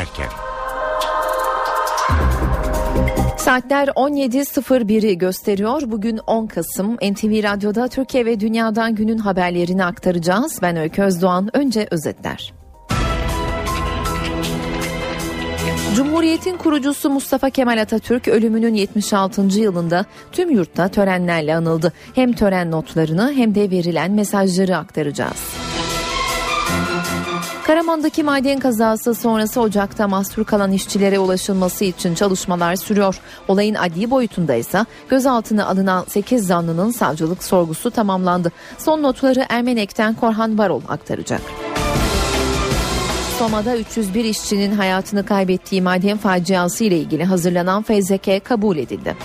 dönerken. Saatler 17.01'i gösteriyor. Bugün 10 Kasım. NTV Radyo'da Türkiye ve dünyadan günün haberlerini aktaracağız. Ben Öykü Özdoğan. Önce özetler. Cumhuriyet'in kurucusu Mustafa Kemal Atatürk ölümünün 76. yılında tüm yurtta törenlerle anıldı. Hem tören notlarını hem de verilen mesajları aktaracağız. Karaman'daki maden kazası sonrası ocakta mahsur kalan işçilere ulaşılması için çalışmalar sürüyor. Olayın adli boyutunda ise gözaltına alınan 8 zanlının savcılık sorgusu tamamlandı. Son notları Ermenek'ten Korhan Varol aktaracak. Soma'da 301 işçinin hayatını kaybettiği maden faciası ile ilgili hazırlanan fezleke kabul edildi.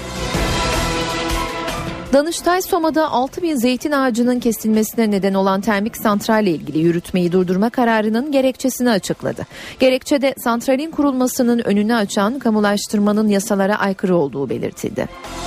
Danıştay Soma'da 6.000 zeytin ağacının kesilmesine neden olan termik santralle ilgili yürütmeyi durdurma kararının gerekçesini açıkladı. Gerekçede santralin kurulmasının önünü açan kamulaştırmanın yasalara aykırı olduğu belirtildi.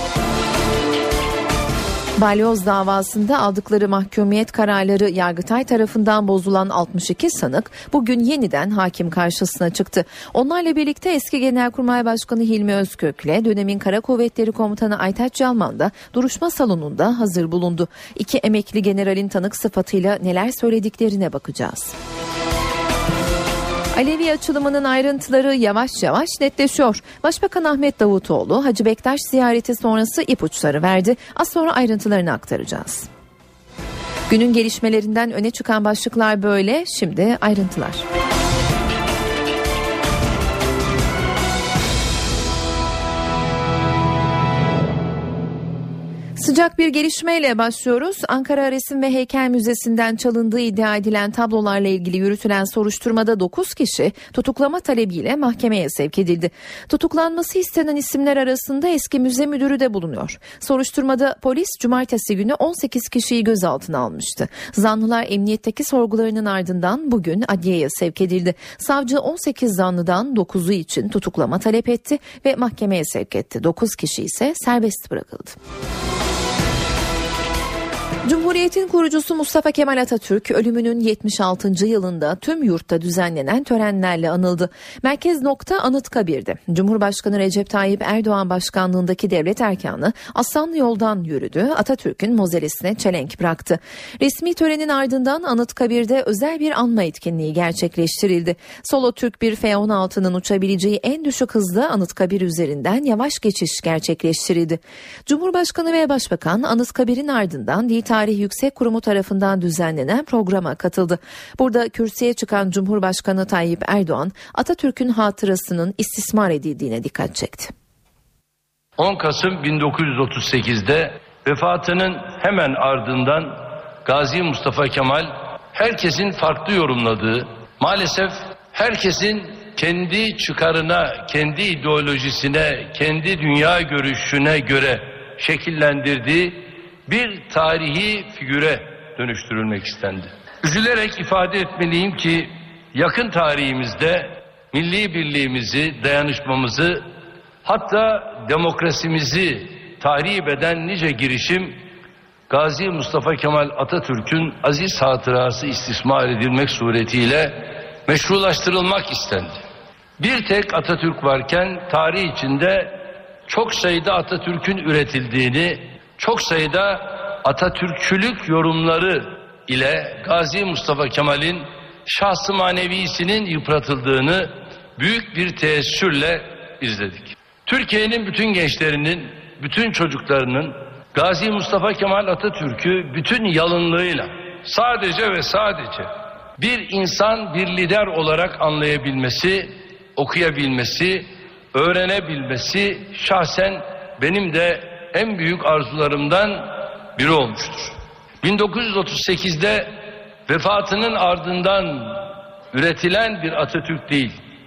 Balyoz davasında aldıkları mahkumiyet kararları Yargıtay tarafından bozulan 62 sanık bugün yeniden hakim karşısına çıktı. Onlarla birlikte eski Genelkurmay Başkanı Hilmi Özkök'le dönemin Kara Kuvvetleri Komutanı Aytaç Yalman da duruşma salonunda hazır bulundu. İki emekli generalin tanık sıfatıyla neler söylediklerine bakacağız. Alevi açılımının ayrıntıları yavaş yavaş netleşiyor. Başbakan Ahmet Davutoğlu Hacı Bektaş ziyareti sonrası ipuçları verdi. Az sonra ayrıntılarını aktaracağız. Günün gelişmelerinden öne çıkan başlıklar böyle. Şimdi ayrıntılar. Sıcak bir gelişmeyle başlıyoruz. Ankara Resim ve Heykel Müzesi'nden çalındığı iddia edilen tablolarla ilgili yürütülen soruşturmada 9 kişi tutuklama talebiyle mahkemeye sevk edildi. Tutuklanması istenen isimler arasında eski müze müdürü de bulunuyor. Soruşturmada polis cumartesi günü 18 kişiyi gözaltına almıştı. Zanlılar emniyetteki sorgularının ardından bugün adliyeye sevk edildi. Savcı 18 zanlıdan 9'u için tutuklama talep etti ve mahkemeye sevk etti. 9 kişi ise serbest bırakıldı. Cumhuriyet'in kurucusu Mustafa Kemal Atatürk ölümünün 76. yılında tüm yurtta düzenlenen törenlerle anıldı. Merkez nokta Anıtkabir'de. Cumhurbaşkanı Recep Tayyip Erdoğan başkanlığındaki devlet erkanı Aslanlı Yol'dan yürüdü. Atatürk'ün mozelesine çelenk bıraktı. Resmi törenin ardından Anıtkabir'de özel bir anma etkinliği gerçekleştirildi. Solo Türk bir F-16'nın uçabileceği en düşük hızda Anıtkabir üzerinden yavaş geçiş gerçekleştirildi. Cumhurbaşkanı ve Başbakan Anıtkabir'in ardından Dil Tarih Yüksek Kurumu tarafından düzenlenen programa katıldı. Burada kürsüye çıkan Cumhurbaşkanı Tayyip Erdoğan, Atatürk'ün hatırasının istismar edildiğine dikkat çekti. 10 Kasım 1938'de vefatının hemen ardından Gazi Mustafa Kemal herkesin farklı yorumladığı, maalesef herkesin kendi çıkarına, kendi ideolojisine, kendi dünya görüşüne göre şekillendirdiği bir tarihi figüre dönüştürülmek istendi. Üzülerek ifade etmeliyim ki yakın tarihimizde milli birliğimizi, dayanışmamızı, hatta demokrasimizi tahrip eden nice girişim Gazi Mustafa Kemal Atatürk'ün aziz hatırası istismar edilmek suretiyle meşrulaştırılmak istendi. Bir tek Atatürk varken tarih içinde çok sayıda Atatürk'ün üretildiğini, çok sayıda Atatürkçülük yorumları ile Gazi Mustafa Kemal'in şahs-ı manevisinin yıpratıldığını büyük bir teessürle izledik. Türkiye'nin bütün gençlerinin, bütün çocuklarının Gazi Mustafa Kemal Atatürk'ü bütün yalınlığıyla sadece ve sadece bir insan, bir lider olarak anlayabilmesi, okuyabilmesi, öğrenebilmesi şahsen benim de en büyük arzularımdan biri olmuştur. 1938'de vefatının ardından üretilen bir Atatürk değil,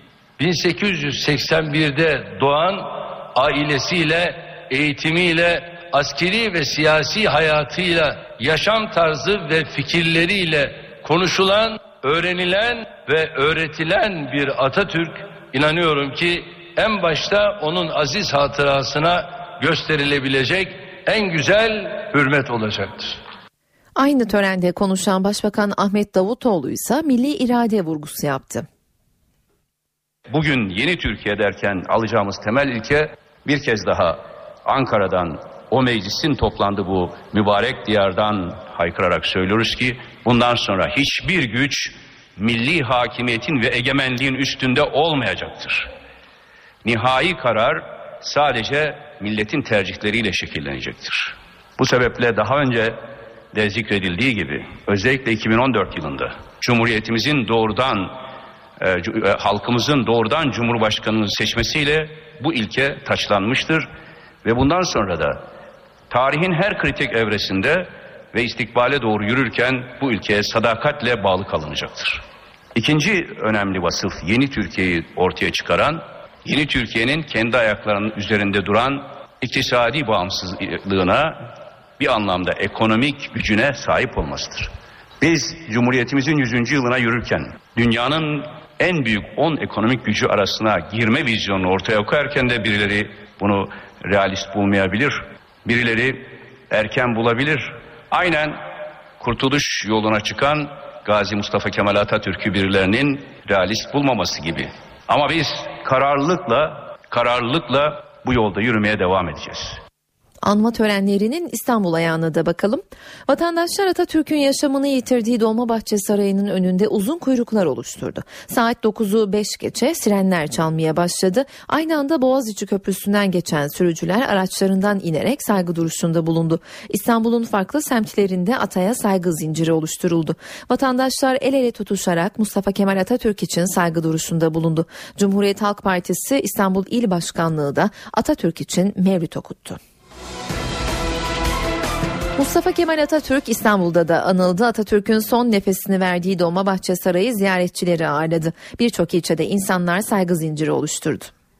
1881'de doğan, ailesiyle, eğitimiyle, askeri ve siyasi hayatıyla, yaşam tarzı ve fikirleriyle konuşulan, öğrenilen ve öğretilen bir Atatürk, inanıyorum ki en başta onun aziz hatırasına gösterilebilecek en güzel hürmet olacaktır. Aynı törende konuşan Başbakan Ahmet Davutoğlu ise milli irade vurgusu yaptı. Bugün yeni Türkiye derken alacağımız temel ilke bir kez daha Ankara'dan, o meclisin toplandığı bu mübarek diyardan haykırarak söylüyoruz ki bundan sonra hiçbir güç milli hakimiyetin ve egemenliğin üstünde olmayacaktır. Nihai karar sadece milletin tercihleriyle şekillenecektir. Bu sebeple daha önce de zikredildiği gibi özellikle 2014 yılında Cumhuriyetimizin halkımızın doğrudan Cumhurbaşkanı'nı seçmesiyle bu ilke taçlanmıştır ve bundan sonra da tarihin her kritik evresinde ve istikbale doğru yürürken bu ilkeye sadakatle bağlı kalınacaktır. İkinci önemli vasıf yeni Türkiye'yi ortaya çıkaran, yeni Türkiye'nin kendi ayaklarının üzerinde duran iktisadi bağımsızlığına, bir anlamda ekonomik gücüne sahip olmasıdır. Biz Cumhuriyetimizin 100. yılına yürürken dünyanın en büyük 10 ekonomik gücü arasına girme vizyonunu ortaya koyarken de birileri bunu realist bulmayabilir, birileri erken bulabilir. Aynen kurtuluş yoluna çıkan Gazi Mustafa Kemal Atatürk'ü birilerinin realist bulmaması gibi. Ama biz kararlılıkla bu yolda yürümeye devam edeceğiz. Anma törenlerinin İstanbul ayağına da bakalım. Vatandaşlar Atatürk'ün yaşamını yitirdiği Dolmabahçe Sarayı'nın önünde uzun kuyruklar oluşturdu. Saat 9'u 5 geçe sirenler çalmaya başladı. Aynı anda Boğaziçi Köprüsü'nden geçen sürücüler araçlarından inerek saygı duruşunda bulundu. İstanbul'un farklı semtlerinde ataya saygı zinciri oluşturuldu. Vatandaşlar el ele tutuşarak Mustafa Kemal Atatürk için saygı duruşunda bulundu. Cumhuriyet Halk Partisi İstanbul İl Başkanlığı da Atatürk için mevlid okuttu. Mustafa Kemal Atatürk İstanbul'da da anıldı. Atatürk'ün son nefesini verdiği Dolmabahçe Sarayı ziyaretçileri ağırladı. Birçok ilçede insanlar saygı zinciri oluşturdu.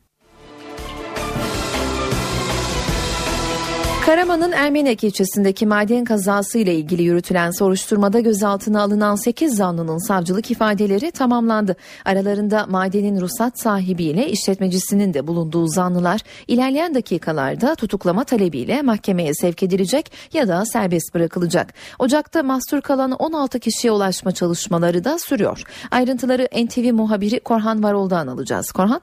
Karaman'ın Ermenek ilçesindeki maden kazası ile ilgili yürütülen soruşturmada gözaltına alınan 8 zanlının savcılık ifadeleri tamamlandı. Aralarında madenin ruhsat sahibiyle işletmecisinin de bulunduğu zanlılar ilerleyen dakikalarda tutuklama talebiyle mahkemeye sevk edilecek ya da serbest bırakılacak. Ocak'ta mahsur kalan 16 kişiye ulaşma çalışmaları da sürüyor. Ayrıntıları NTV muhabiri Korhan Varol'dan alacağız. Korhan?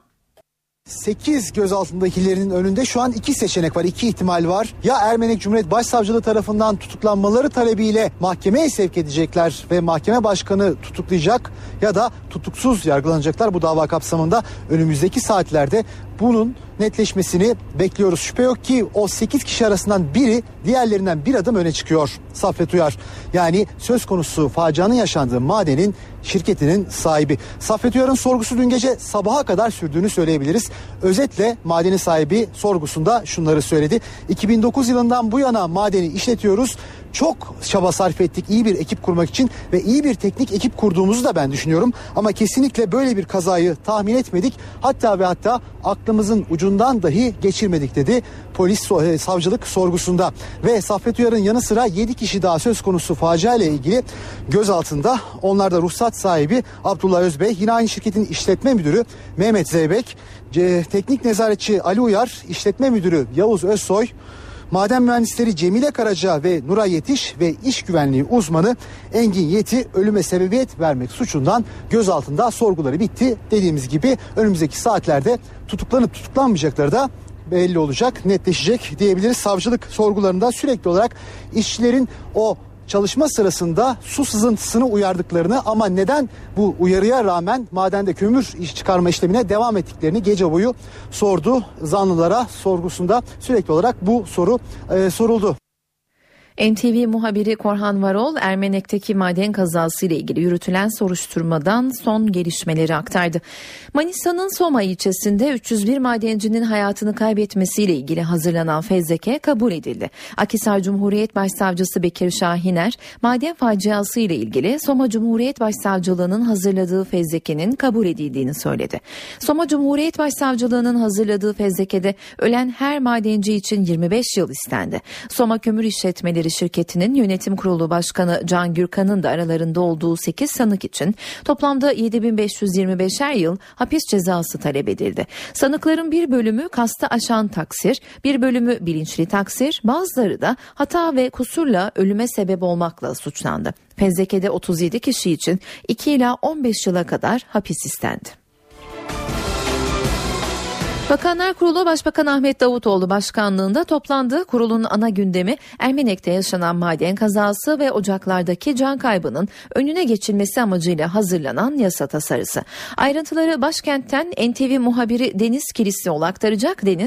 8 gözaltındakilerin önünde şu an 2 seçenek var, 2 ihtimal var. Ya Ermenek Cumhuriyet Başsavcılığı tarafından tutuklanmaları talebiyle mahkemeye sevk edecekler ve mahkeme başkanı tutuklayacak ya da tutuksuz yargılanacaklar bu dava kapsamında. Önümüzdeki saatlerde bunun netleşmesini bekliyoruz. Şüphe yok ki o 8 kişi arasından biri diğerlerinden bir adım öne çıkıyor. Saffet Uyar, yani söz konusu facianın yaşandığı madenin şirketinin sahibi. Saffet Uyar'ın sorgusu dün gece sabaha kadar sürdüğünü söyleyebiliriz. Özetle madenin sahibi sorgusunda şunları söyledi. 2009 yılından bu yana madeni işletiyoruz. Çok çaba sarf ettik iyi bir ekip kurmak için ve iyi bir teknik ekip kurduğumuzu da ben düşünüyorum. Ama kesinlikle böyle bir kazayı tahmin etmedik. Hatta ve hatta aklımızın ucundan dahi geçirmedik dedi polis savcılık sorgusunda. Ve Saffet Uyar'ın yanı sıra 7 kişi daha söz konusu facia ile ilgili gözaltında. Onlar da ruhsat sahibi Abdullah Özbey, yine aynı şirketin işletme müdürü Mehmet Zeybek, teknik nezaretçi Ali Uyar, işletme müdürü Yavuz Özsoy, maden mühendisleri Cemile Karaca ve Nuray Yetiş ve iş güvenliği uzmanı Engin Yeti ölüme sebebiyet vermek suçundan gözaltında, sorguları bitti. Dediğimiz gibi önümüzdeki saatlerde tutuklanıp tutuklanmayacakları da belli olacak, netleşecek diyebiliriz. Savcılık sorgularında sürekli olarak işçilerin o çalışma sırasında su sızıntısını uyardıklarını ama neden bu uyarıya rağmen madende kömür çıkarma işlemine devam ettiklerini gece boyu sordu. Zanlılara sorgusunda sürekli olarak bu soru soruldu. NTV muhabiri Korhan Varol, Ermenek'teki maden kazası ile ilgili yürütülen soruşturmadan son gelişmeleri aktardı. Manisa'nın Soma ilçesinde 301 madencinin hayatını kaybetmesiyle ilgili hazırlanan fezleke kabul edildi. Akhisar Cumhuriyet Başsavcısı Bekir Şahiner, maden faciası ile ilgili Soma Cumhuriyet Başsavcılığı'nın hazırladığı fezlekenin kabul edildiğini söyledi. Soma Cumhuriyet Başsavcılığı'nın hazırladığı fezlekede ölen her madenci için 25 yıl istendi. Soma Kömür İşletmeleri Şirketi'nin yönetim kurulu başkanı Can Gürkan'ın da aralarında olduğu 8 sanık için toplamda 7.525'er yıl hapis cezası talep edildi. Sanıkların bir bölümü kastı aşan taksir, bir bölümü bilinçli taksir, bazıları da hata ve kusurla ölüme sebep olmakla suçlandı. Fezlekede 37 kişi için 2 ila 15 yıla kadar hapis istendi. Bakanlar Kurulu Başbakan Ahmet Davutoğlu başkanlığında toplandı. Kurulun ana gündemi Ermenek'te yaşanan maden kazası ve ocaklardaki can kaybının önüne geçilmesi amacıyla hazırlanan yasa tasarısı. Ayrıntıları başkentten NTV muhabiri Deniz Kilislioğlu aktaracak. Deniz.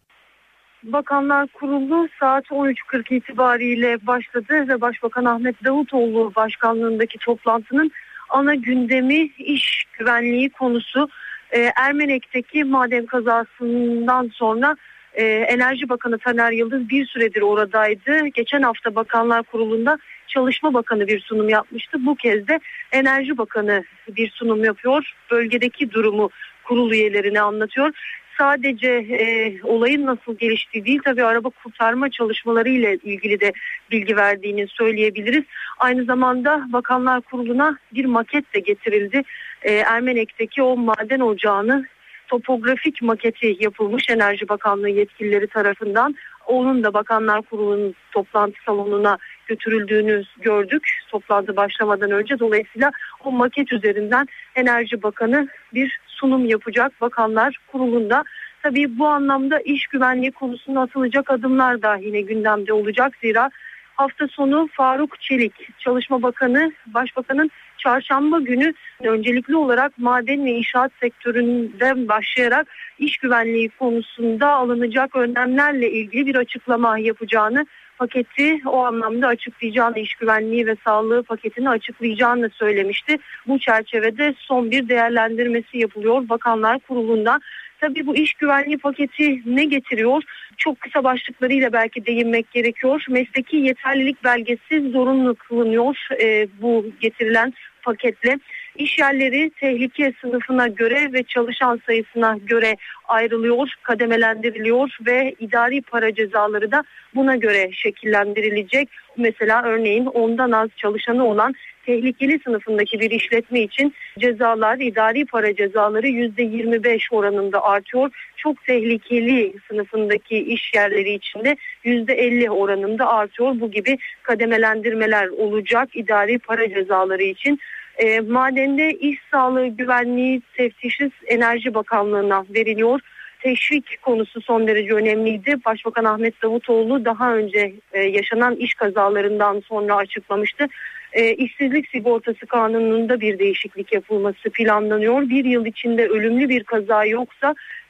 Bakanlar Kurulu saat 13.40 itibariyle başladı ve Başbakan Ahmet Davutoğlu başkanlığındaki toplantının ana gündemi iş güvenliği konusu. Ermenek'teki maden kazasından sonra Enerji Bakanı Taner Yıldız bir süredir oradaydı. Geçen hafta Bakanlar Kurulu'nda Çalışma Bakanı bir sunum yapmıştı. Bu kez de Enerji Bakanı bir sunum yapıyor. Bölgedeki durumu kurul üyelerine anlatıyor. Sadece olayın nasıl geliştiği değil, tabii araba kurtarma çalışmaları ile ilgili de bilgi verdiğini söyleyebiliriz. Aynı zamanda Bakanlar Kurulu'na bir maket de getirildi. Ermenek'teki o maden ocağının topografik maketi yapılmış Enerji Bakanlığı yetkilileri tarafından. Onun da Bakanlar Kurulu'nun toplantı salonuna götürüldüğünü gördük toplantı başlamadan önce. Dolayısıyla o maket üzerinden Enerji Bakanı bir sunum yapacak Bakanlar Kurulu'nda. Tabii bu anlamda iş güvenliği konusunda atılacak adımlar da yine gündemde olacak. Zira hafta sonu Faruk Çelik, Çalışma Bakanı, Başbakanın çarşamba günü öncelikli olarak maden ve inşaat sektöründen başlayarak iş güvenliği konusunda alınacak önlemlerle ilgili bir açıklama yapacağını, paketi o anlamda açıklayacağını, iş güvenliği ve sağlığı paketini açıklayacağını söylemişti. Bu çerçevede son bir değerlendirmesi yapılıyor Bakanlar Kurulu'nda. Tabii bu iş güvenliği paketi ne getiriyor? Çok kısa başlıklarıyla belki değinmek gerekiyor. Mesleki yeterlilik belgesi zorunlu kılınıyor bu getirilen paketle. İş yerleri tehlike sınıfına göre ve çalışan sayısına göre ayrılıyor, kademelendiriliyor ve idari para cezaları da buna göre şekillendirilecek. Mesela örneğin ondan az çalışanı olan tehlikeli sınıfındaki bir işletme için cezalar, idari para cezaları %25 oranında artıyor. Çok tehlikeli sınıfındaki iş yerleri için de %50 oranında artıyor. Bu gibi kademelendirmeler olacak idari para cezaları için. Madende iş sağlığı güvenliği teftişi Enerji Bakanlığı'na veriliyor. Teşvik konusu son derece önemliydi. Başbakan Ahmet Davutoğlu daha önce yaşanan iş kazalarından sonra açıklamıştı. İşsizlik sigortası kanununda bir değişiklik yapılması planlanıyor. Bir yıl içinde ölümlü bir kaza yoksa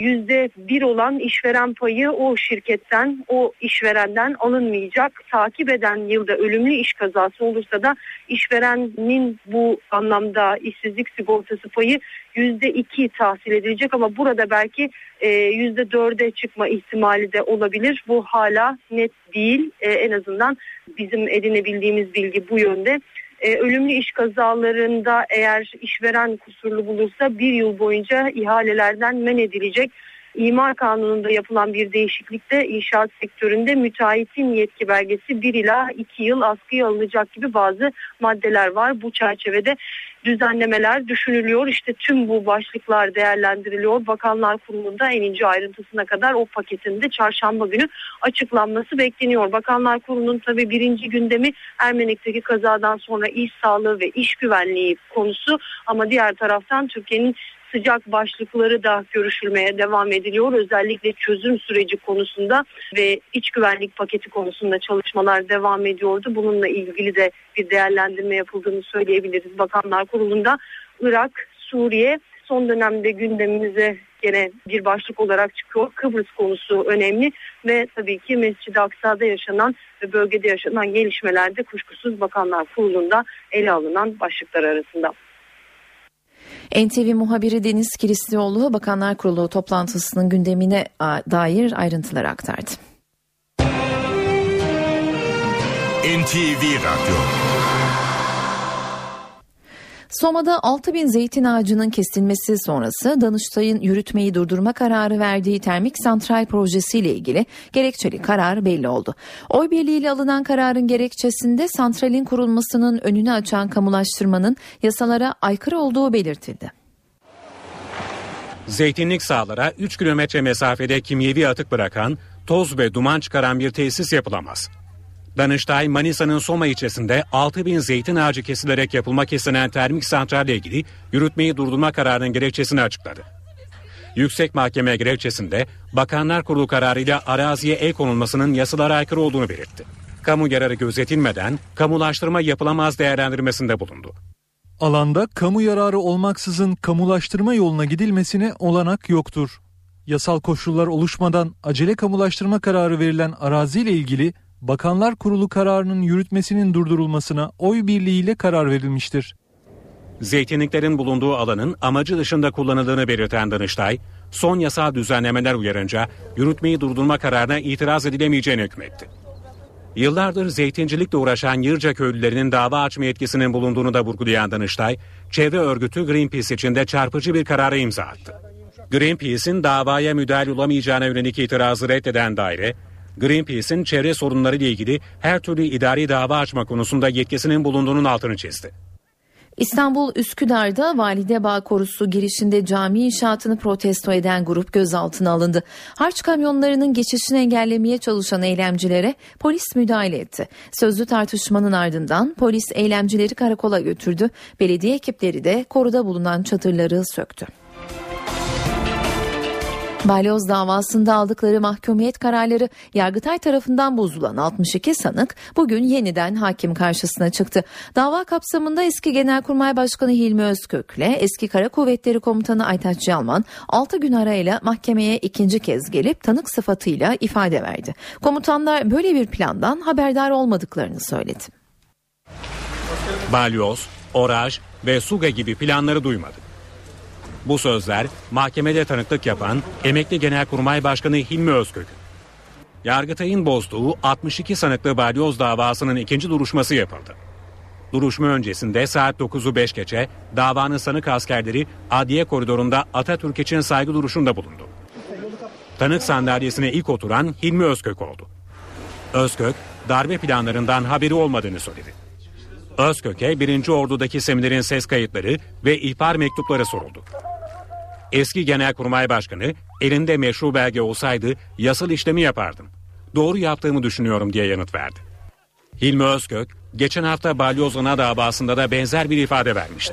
%1 olan işveren payı o şirketten, o işverenden alınmayacak. Takip eden yılda ölümlü iş kazası olursa da işverenin bu anlamda işsizlik sigortası payı %2 tahsil edilecek ama burada belki %4'e çıkma ihtimali de olabilir. Bu hala net değil. En azından bizim edinebildiğimiz bilgi bu yönde. Ölümlü iş kazalarında eğer işveren kusurlu bulursa bir yıl boyunca ihalelerden men edilecek. İmar kanununda yapılan bir değişiklikte inşaat sektöründe müteahhitin yetki belgesi 1 ila 2 yıl askıya alınacak gibi bazı maddeler var. Bu çerçevede düzenlemeler düşünülüyor. İşte tüm bu başlıklar değerlendiriliyor. Bakanlar Kurulu'nda en ince ayrıntısına kadar o paketin de çarşamba günü açıklanması bekleniyor. Bakanlar Kurulu'nun tabii birinci gündemi Ermenek'teki kazadan sonra iş sağlığı ve iş güvenliği konusu ama diğer taraftan Türkiye'nin sıcak başlıkları da görüşülmeye devam ediliyor. Özellikle çözüm süreci konusunda ve iç güvenlik paketi konusunda çalışmalar devam ediyordu. Bununla ilgili de bir değerlendirme yapıldığını söyleyebiliriz. Bakanlar Kurulu'nda Irak, Suriye son dönemde gündemimize gene bir başlık olarak çıkıyor. Kıbrıs konusu önemli ve tabii ki Mescid-i Aksa'da yaşanan ve bölgede yaşanan gelişmelerde kuşkusuz Bakanlar Kurulu'nda ele alınan başlıklar arasında. NTV muhabiri Deniz Kilislioğlu Bakanlar Kurulu toplantısının gündemine dair ayrıntılar aktardı. NTV Radyo. Soma'da 6.000 zeytin ağacının kesilmesi sonrası Danıştay'ın yürütmeyi durdurma kararı verdiği termik santral projesiyle ilgili gerekçeli karar belli oldu. Oy birliğiyle alınan kararın gerekçesinde santralin kurulmasının önünü açan kamulaştırmanın yasalara aykırı olduğu belirtildi. Zeytinlik sahalara 3 kilometre mesafede kimyevi atık bırakan, toz ve duman çıkaran bir tesis yapılamaz. Danıştay, Manisa'nın Soma ilçesinde 6.000 zeytin ağacı kesilerek yapılmak istenen termik santralle ilgili yürütmeyi durdurma kararının gerekçesini açıkladı. Yüksek Mahkeme gerekçesinde Bakanlar Kurulu kararıyla araziye el konulmasının yasalara aykırı olduğunu belirtti. Kamu yararı gözetilmeden kamulaştırma yapılamaz değerlendirmesinde bulundu. Alanda kamu yararı olmaksızın kamulaştırma yoluna gidilmesine olanak yoktur. Yasal koşullar oluşmadan acele kamulaştırma kararı verilen araziyle ilgili Bakanlar Kurulu kararının yürütmesinin durdurulmasına oy birliğiyle karar verilmiştir. Zeytinliklerin bulunduğu alanın amacı dışında kullanıldığını belirten Danıştay, son yasal düzenlemeler uyarınca yürütmeyi durdurma kararına itiraz edilemeyeceğini hükmetti. Yıllardır zeytincilikle uğraşan Yırca köylülerinin dava açma yetkisinin bulunduğunu da vurgulayan Danıştay, çevre örgütü Greenpeace için de çarpıcı bir karara imza attı. Greenpeace'in davaya müdahil olamayacağına yönelik itirazı reddeden daire, Greenpeace'in çevre sorunları ile ilgili her türlü idari dava açma konusunda yetkisinin bulunduğunun altını çizdi. İstanbul Üsküdar'da Validebağ Korusu girişinde cami inşaatını protesto eden grup gözaltına alındı. Harç kamyonlarının geçişini engellemeye çalışan eylemcilere polis müdahale etti. Sözlü tartışmanın ardından polis eylemcileri karakola götürdü. Belediye ekipleri de koruda bulunan çadırları söktü. Balyoz davasında aldıkları mahkumiyet kararları Yargıtay tarafından bozulan 62 sanık bugün yeniden hakim karşısına çıktı. Dava kapsamında eski Genelkurmay Başkanı Hilmi Özkök'le eski Kara Kuvvetleri Komutanı Aytaç Yalman 6 gün arayla mahkemeye ikinci kez gelip tanık sıfatıyla ifade verdi. Komutanlar böyle bir plandan haberdar olmadıklarını söyledi. Balyoz, Oraj ve Suga gibi planları duymadı. Bu sözler mahkemede tanıklık yapan emekli Genelkurmay Başkanı Hilmi Özkök. Yargıtay'ın bozduğu 62 sanıklı balyoz davasının ikinci duruşması yapıldı. Duruşma öncesinde saat 9'u 5 geçe davanın sanık askerleri adliye koridorunda Atatürk için saygı duruşunda bulundu. Tanık sandalyesine ilk oturan Hilmi Özkök oldu. Özkök darbe planlarından haberi olmadığını söyledi. Özkök'e 1. Ordu'daki seminerin ses kayıtları ve ihbar mektupları soruldu. Eski Genelkurmay Başkanı elinde meşru belge olsaydı yasal işlemi yapardım. Doğru yaptığımı düşünüyorum diye yanıt verdi. Hilmi Özkök geçen hafta Balyoz Ana davasında da benzer bir ifade vermişti.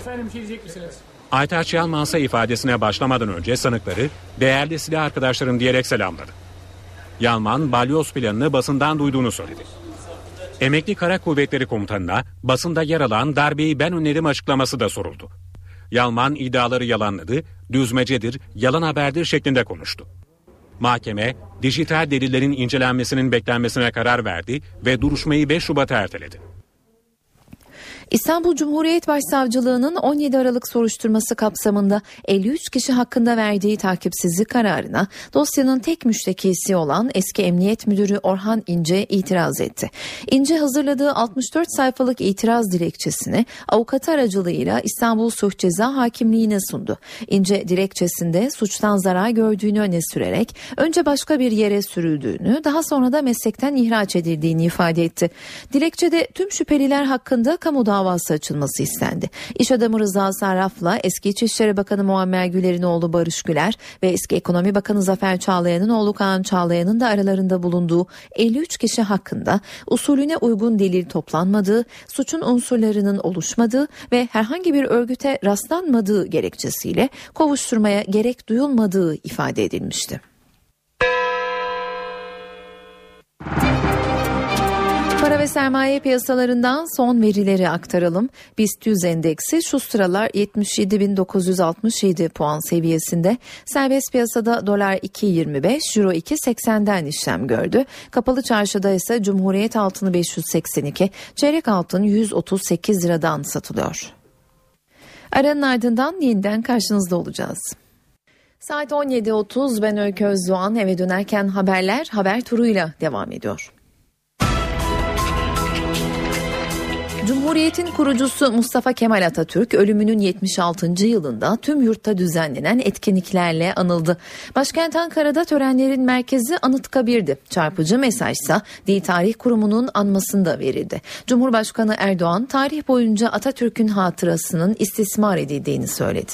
Aytaç Yalman ise ifadesine başlamadan önce sanıkları değerli silah arkadaşlarım diyerek selamladı. Yalman balyoz planını basından duyduğunu söyledi. Emekli Kara Kuvvetleri Komutanı'na basında yer alan darbeyi ben önledim açıklaması da soruldu. Yalman iddiaları yalanladı, düzmecedir, yalan haberdir şeklinde konuştu. Mahkeme, dijital delillerin incelenmesinin beklenmesine karar verdi ve duruşmayı 5 Şubat'a erteledi. İstanbul Cumhuriyet Başsavcılığı'nın 17 Aralık soruşturması kapsamında 53 kişi hakkında verdiği takipsizlik kararına dosyanın tek müştekisi olan eski Emniyet Müdürü Orhan İnce itiraz etti. İnce hazırladığı 64 sayfalık itiraz dilekçesini avukatı aracılığıyla İstanbul Suç Ceza Hakimliği'ne sundu. İnce dilekçesinde suçtan zarar gördüğünü öne sürerek önce başka bir yere sürüldüğünü, daha sonra da meslekten ihraç edildiğini ifade etti. Dilekçede tüm şüpheliler hakkında kamu davası açılması istendi. İş adamı Rıza Sarraf'la eski İçişleri Bakanı Muammer Güler'in oğlu Barış Güler ve eski Ekonomi Bakanı Zafer Çağlayan'ın oğlu Kaan Çağlayan'ın da aralarında bulunduğu 53 kişi hakkında usulüne uygun delil toplanmadığı, suçun unsurlarının oluşmadığı ve herhangi bir örgüte rastlanmadığı gerekçesiyle kovuşturmaya gerek duyulmadığı ifade edilmişti. Para ve sermaye piyasalarından son verileri aktaralım. BIST 100 endeksi şu sıralar 77.967 puan seviyesinde. Serbest piyasada dolar 2.25, euro 2.80'den işlem gördü. Kapalı çarşıda ise Cumhuriyet altını 582, çeyrek altın 138 liradan satılıyor. Aranın ardından yeniden karşınızda olacağız. Saat 17.30, ben Öykü Özdoğan. Eve dönerken haberler haber turuyla devam ediyor. Cumhuriyetin kurucusu Mustafa Kemal Atatürk ölümünün 76. yılında tüm yurtta düzenlenen etkinliklerle anıldı. Başkent Ankara'da törenlerin merkezi Anıtkabir'di. Çarpıcı mesajsa Dil Tarih Kurumu'nun anmasında verildi. Cumhurbaşkanı Erdoğan tarih boyunca Atatürk'ün hatırasının istismar edildiğini söyledi.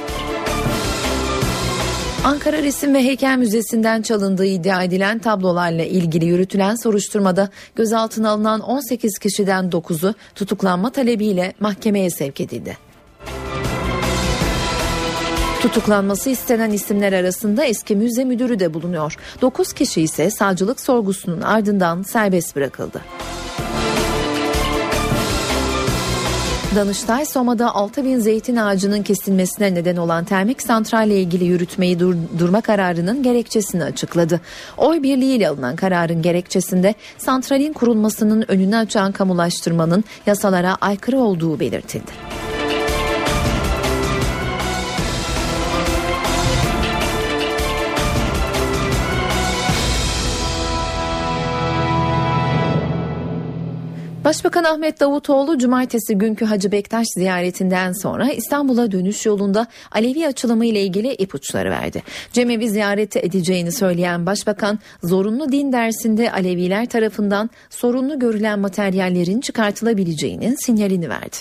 Ankara Resim ve Heykel Müzesi'nden çalındığı iddia edilen tablolarla ilgili yürütülen soruşturmada gözaltına alınan 18 kişiden 9'u tutuklanma talebiyle mahkemeye sevk edildi. Tutuklanması istenen isimler arasında eski müze müdürü de bulunuyor. 9 kişi ise savcılık sorgusunun ardından serbest bırakıldı. Danıştay, Soma'da 6.000 zeytin ağacının kesilmesine neden olan termik santralle ilgili yürütmeyi durma kararının gerekçesini açıkladı. Oy birliğiyle alınan kararın gerekçesinde santralin kurulmasının önünü açan kamulaştırmanın yasalara aykırı olduğu belirtildi. Başbakan Ahmet Davutoğlu cumartesi günkü Hacı Bektaş ziyaretinden sonra İstanbul'a dönüş yolunda Alevi açılımı ile ilgili ipuçları verdi. Cemevi ziyareti edeceğini söyleyen Başbakan, zorunlu din dersinde Aleviler tarafından sorunlu görülen materyallerin çıkartılabileceğinin sinyalini verdi.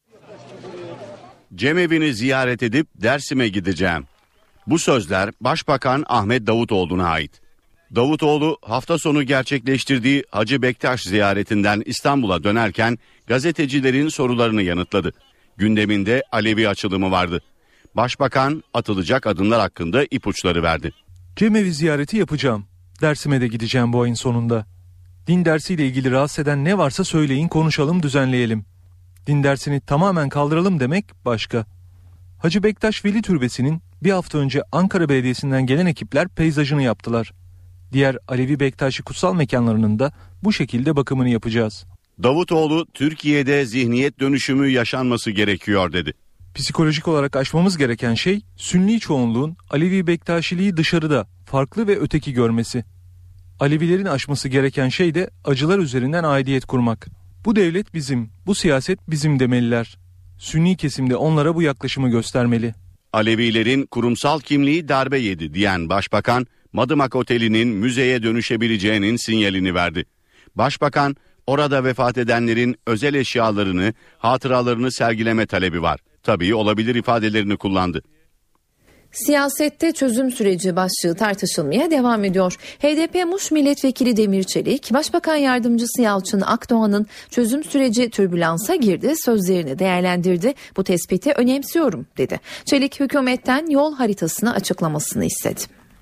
Cemevini ziyaret edip Dersim'e gideceğim. Bu sözler Başbakan Ahmet Davutoğlu'na ait. Davutoğlu hafta sonu gerçekleştirdiği Hacı Bektaş ziyaretinden İstanbul'a dönerken gazetecilerin sorularını yanıtladı. Gündeminde Alevi açılımı vardı. Başbakan atılacak adımlar hakkında ipuçları verdi. Cemevi ziyareti yapacağım. Dersim'e de gideceğim bu ayın sonunda. Din dersiyle ilgili rahatsız eden ne varsa söyleyin, konuşalım, düzenleyelim. Din dersini tamamen kaldıralım demek başka. Hacı Bektaş Veli Türbesi'nin bir hafta önce Ankara Belediyesi'nden gelen ekipler peyzajını yaptılar. Diğer Alevi Bektaşi kutsal mekanlarının da bu şekilde bakımını yapacağız. Davutoğlu, Türkiye'de zihniyet dönüşümü yaşanması gerekiyor dedi. Psikolojik olarak aşmamız gereken şey Sünni çoğunluğun Alevi Bektaşiliği dışarıda farklı ve öteki görmesi. Alevilerin aşması gereken şey de acılar üzerinden aidiyet kurmak. Bu devlet bizim, bu siyaset bizim demeliler. Sünni kesimde onlara bu yaklaşımı göstermeli. Alevilerin kurumsal kimliği darbe yedi diyen Başbakan, Madımak Oteli'nin müzeye dönüşebileceğinin sinyalini verdi. Başbakan, orada vefat edenlerin özel eşyalarını, hatıralarını sergileme talebi var. Tabii olabilir ifadelerini kullandı. Siyasette çözüm süreci başlığı tartışılmaya devam ediyor. HDP Muş Milletvekili Demir Çelik, Başbakan Yardımcısı Yalçın Akdoğan'ın çözüm süreci türbülansa girdi sözlerini değerlendirdi. Bu tespiti önemsiyorum dedi. Çelik, hükümetten yol haritasını açıklamasını istedi.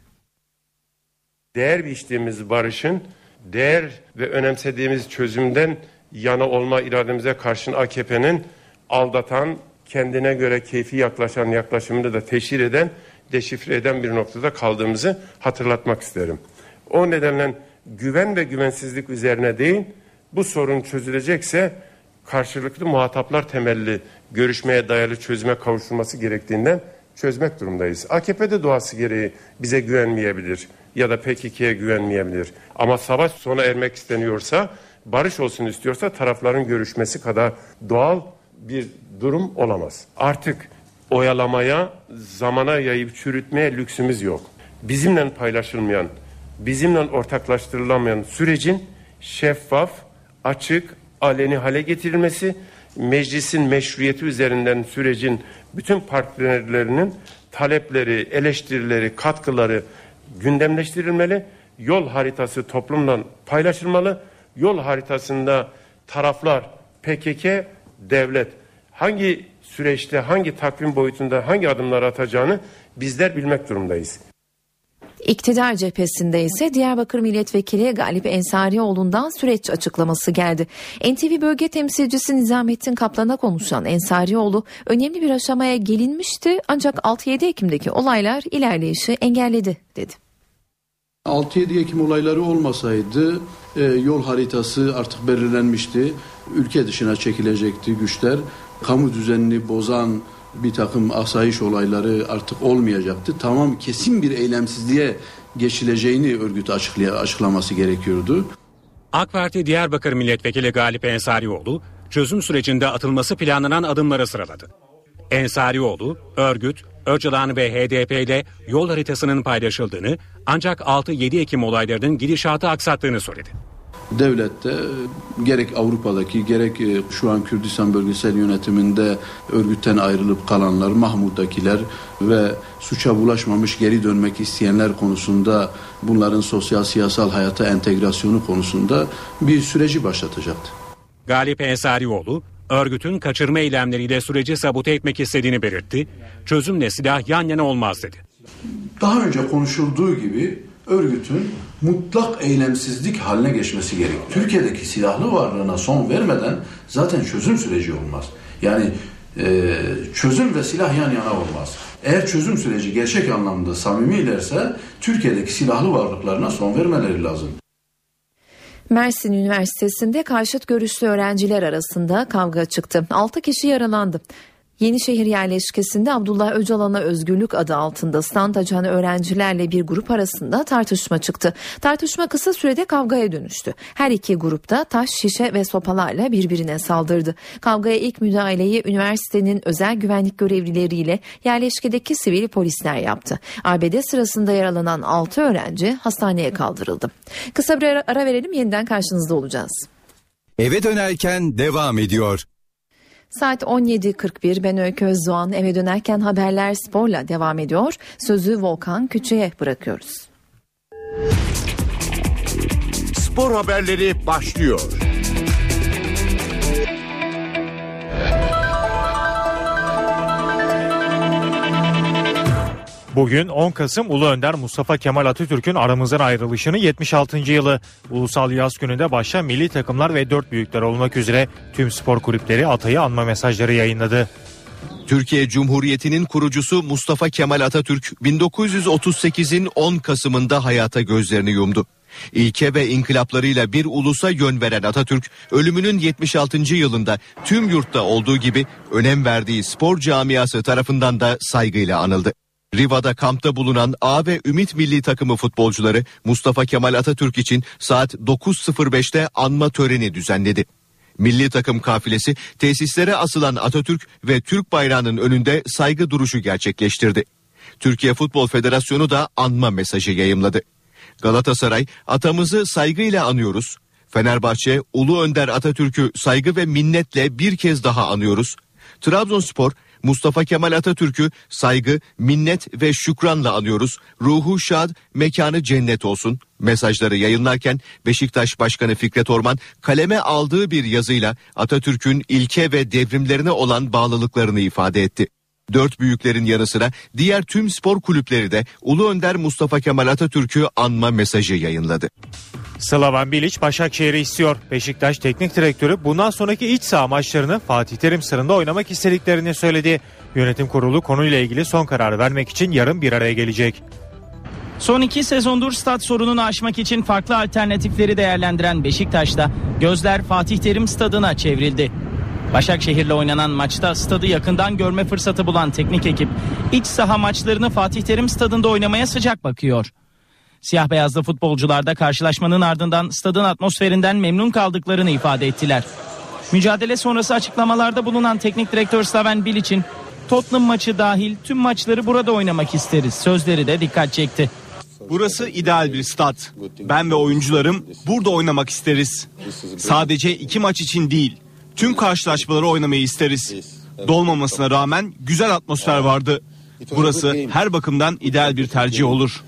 Değer biçtiğimiz barışın, değer ve önemsediğimiz çözümden yana olma irademize karşın AKP'nin aldatan, kendine göre keyfi yaklaşan yaklaşımını da teşhir eden, deşifre eden bir noktada kaldığımızı hatırlatmak isterim. O nedenle güven ve güvensizlik üzerine değil, bu sorun çözülecekse karşılıklı muhataplar temelli görüşmeye dayalı çözüme kavuşulması gerektiğinden çözmek durumdayız. AKP'de doğası gereği bize güvenmeyebilir ya da PKK'ya güvenmeyebilir. Ama savaş sona ermek isteniyorsa, barış olsun istiyorsa tarafların görüşmesi kadar doğal bir durum olamaz. Artık oyalamaya, zamana yayıp çürütmeye lüksümüz yok. Bizimle paylaşılmayan, bizimle ortaklaştırılamayan sürecin şeffaf, açık, aleni hale getirilmesi, meclisin meşruiyeti üzerinden sürecin bütün partnerlerinin talepleri, eleştirileri, katkıları gündemleştirilmeli. Yol haritası toplumla paylaşılmalı. Yol haritasında taraflar, PKK, devlet hangi süreçte, hangi takvim boyutunda hangi adımlar atacağını bizler bilmek durumdayız. İktidar cephesinde ise Diyarbakır Milletvekili Galip Ensarioğlu'ndan süreç açıklaması geldi. NTV Bölge Temsilcisi Nizamettin Kaplan'a konuşan Ensarioğlu, önemli bir aşamaya gelinmişti ancak 6-7 Ekim'deki olaylar ilerleyişi engelledi dedi. 6-7 Ekim olayları olmasaydı yol haritası artık belirlenmişti. Ülke dışına çekilecekti güçler. Kamu düzenini bozan bir takım asayiş olayları artık olmayacaktı. Tamam, kesin bir eylemsizliğe geçileceğini örgüt açıklaması gerekiyordu. AK Parti Diyarbakır Milletvekili Galip Ensarioğlu, çözüm sürecinde atılması planlanan adımları sıraladı. Ensarioğlu, örgüt, Öcalan ve HDP ile yol haritasının paylaşıldığını ancak 6-7 Ekim olaylarının gidişatı aksattığını söyledi. Devlette gerek Avrupa'daki gerek şu an Kürdistan bölgesel yönetiminde örgütten ayrılıp kalanlar, Mahmud'dakiler ve suça bulaşmamış geri dönmek isteyenler konusunda bunların sosyal siyasal hayata entegrasyonu konusunda bir süreci başlatacaktı. Galip Ensarioğlu, Örgütün kaçırma eylemleriyle süreci sabote etmek istediğini belirtti. Çözümle silah yan yana olmaz dedi. Daha önce konuşulduğu gibi örgütün mutlak eylemsizlik haline geçmesi gerek. Türkiye'deki silahlı varlığına son vermeden zaten çözüm süreci olmaz. Yani çözüm ve silah yan yana olmaz. Eğer çözüm süreci gerçek anlamda samimilerse Türkiye'deki silahlı varlıklarına son vermeleri lazım. Mersin Üniversitesi'nde karşıt görüşlü öğrenciler arasında kavga çıktı. 6 kişi yaralandı. Yenişehir yerleşkesinde Abdullah Öcalan'a özgürlük adı altında stand açan öğrencilerle bir grup arasında tartışma çıktı. Tartışma kısa sürede kavgaya dönüştü. Her iki grupta taş, şişe ve sopalarla birbirine saldırdı. Kavgaya ilk müdahaleyi üniversitenin özel güvenlik görevlileriyle yerleşkedeki sivil polisler yaptı. Arbede sırasında yaralanan 6 öğrenci hastaneye kaldırıldı. Kısa bir ara verelim, yeniden karşınızda olacağız. Eve dönerken devam ediyor. Saat 17.41, ben Öykü Özdoğan. Eve dönerken haberler sporla devam ediyor. Sözü Volkan Küçük'e bırakıyoruz. Spor haberleri başlıyor. Bugün 10 Kasım Ulu Önder Mustafa Kemal Atatürk'ün aramızdan ayrılışının 76. yılı. Ulusal Yaz Günü'nde başta milli takımlar ve 4 büyükler olmak üzere tüm spor kulüpleri Atay'ı anma mesajları yayınladı. Türkiye Cumhuriyeti'nin kurucusu Mustafa Kemal Atatürk 1938'in 10 Kasım'ında hayata gözlerini yumdu. İlke ve inkılaplarıyla bir ulusa yön veren Atatürk, ölümünün 76. yılında tüm yurtta olduğu gibi önem verdiği spor camiası tarafından da saygıyla anıldı. Riva'da kampta bulunan A ve Ümit milli takımı futbolcuları Mustafa Kemal Atatürk için saat 9.05'te anma töreni düzenledi. Milli takım kafilesi tesislere asılan Atatürk ve Türk bayrağının önünde saygı duruşu gerçekleştirdi. Türkiye Futbol Federasyonu da anma mesajı yayımladı. Galatasaray, atamızı saygıyla anıyoruz. Fenerbahçe, Ulu Önder Atatürk'ü saygı ve minnetle bir kez daha anıyoruz. Trabzonspor, Mustafa Kemal Atatürk'ü saygı, minnet ve şükranla anıyoruz. Ruhu şad, mekanı cennet olsun. Mesajları yayınlarken Beşiktaş Başkanı Fikret Orman kaleme aldığı bir yazıyla Atatürk'ün ilke ve devrimlerine olan bağlılıklarını ifade etti. 4 büyüklerin yanı sıra diğer tüm spor kulüpleri de Ulu Önder Mustafa Kemal Atatürk'ü anma mesajı yayınladı. Slaven Bilic Başakşehir'i istiyor. Beşiktaş Teknik Direktörü bundan sonraki iç saha maçlarını Fatih Terim stadında oynamak istediklerini söyledi. Yönetim kurulu konuyla ilgili son kararı vermek için yarın bir araya gelecek. Son 2 sezondur stat sorununu aşmak için farklı alternatifleri değerlendiren Beşiktaş'ta gözler Fatih Terim stadına çevrildi. Başakşehir'le oynanan maçta stadı yakından görme fırsatı bulan teknik ekip iç saha maçlarını Fatih Terim stadında oynamaya sıcak bakıyor. Siyah beyazlı futbolcular da karşılaşmanın ardından stadın atmosferinden memnun kaldıklarını ifade ettiler. Mücadele sonrası açıklamalarda bulunan teknik direktör Slaven Bilic'in Tottenham maçı dahil tüm maçları burada oynamak isteriz sözleri de dikkat çekti. Burası ideal bir stat. Ben ve oyuncularım burada oynamak isteriz. Sadece 2 maç için değil, tüm karşılaşmaları oynamayı isteriz. Dolmamasına rağmen güzel atmosfer vardı. Burası her bakımdan ideal bir tercih olur.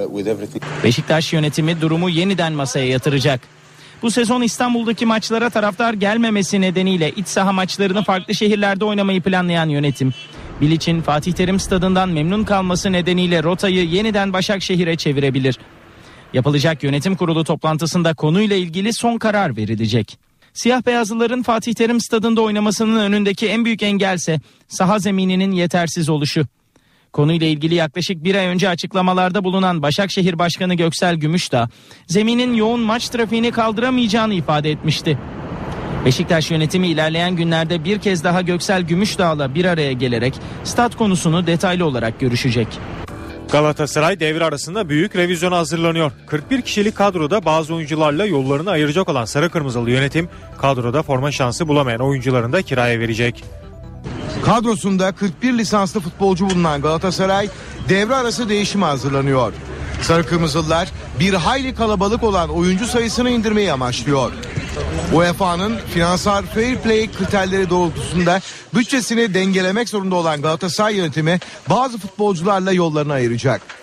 Beşiktaş yönetimi durumu yeniden masaya yatıracak. Bu sezon İstanbul'daki maçlara taraftar gelmemesi nedeniyle iç saha maçlarını farklı şehirlerde oynamayı planlayan yönetim, Bilic'in Fatih Terim stadından memnun kalması nedeniyle rotayı yeniden Başakşehir'e çevirebilir. Yapılacak yönetim kurulu toplantısında konuyla ilgili son karar verilecek. Siyah beyazlıların Fatih Terim stadında oynamasının önündeki en büyük engelse saha zemininin yetersiz oluşu. Konuyla ilgili yaklaşık bir ay önce açıklamalarda bulunan Başakşehir Başkanı Göksel Gümüşdağ, zeminin yoğun maç trafiğini kaldıramayacağını ifade etmişti. Beşiktaş yönetimi ilerleyen günlerde bir kez daha Göksel Gümüşdağ'la bir araya gelerek stat konusunu detaylı olarak görüşecek. Galatasaray devre arasında büyük revizyona hazırlanıyor. 41 kişilik kadroda bazı oyuncularla yollarını ayıracak olan sarı kırmızılı yönetim kadroda forma şansı bulamayan oyuncularını da kiraya verecek. Kadrosunda 41 lisanslı futbolcu bulunan Galatasaray devre arası değişime hazırlanıyor. Sarı Kırmızılılar bir hayli kalabalık olan oyuncu sayısını indirmeyi amaçlıyor. UEFA'nın finansal fair play kriterleri doğrultusunda bütçesini dengelemek zorunda olan Galatasaray yönetimi bazı futbolcularla yollarını ayıracak.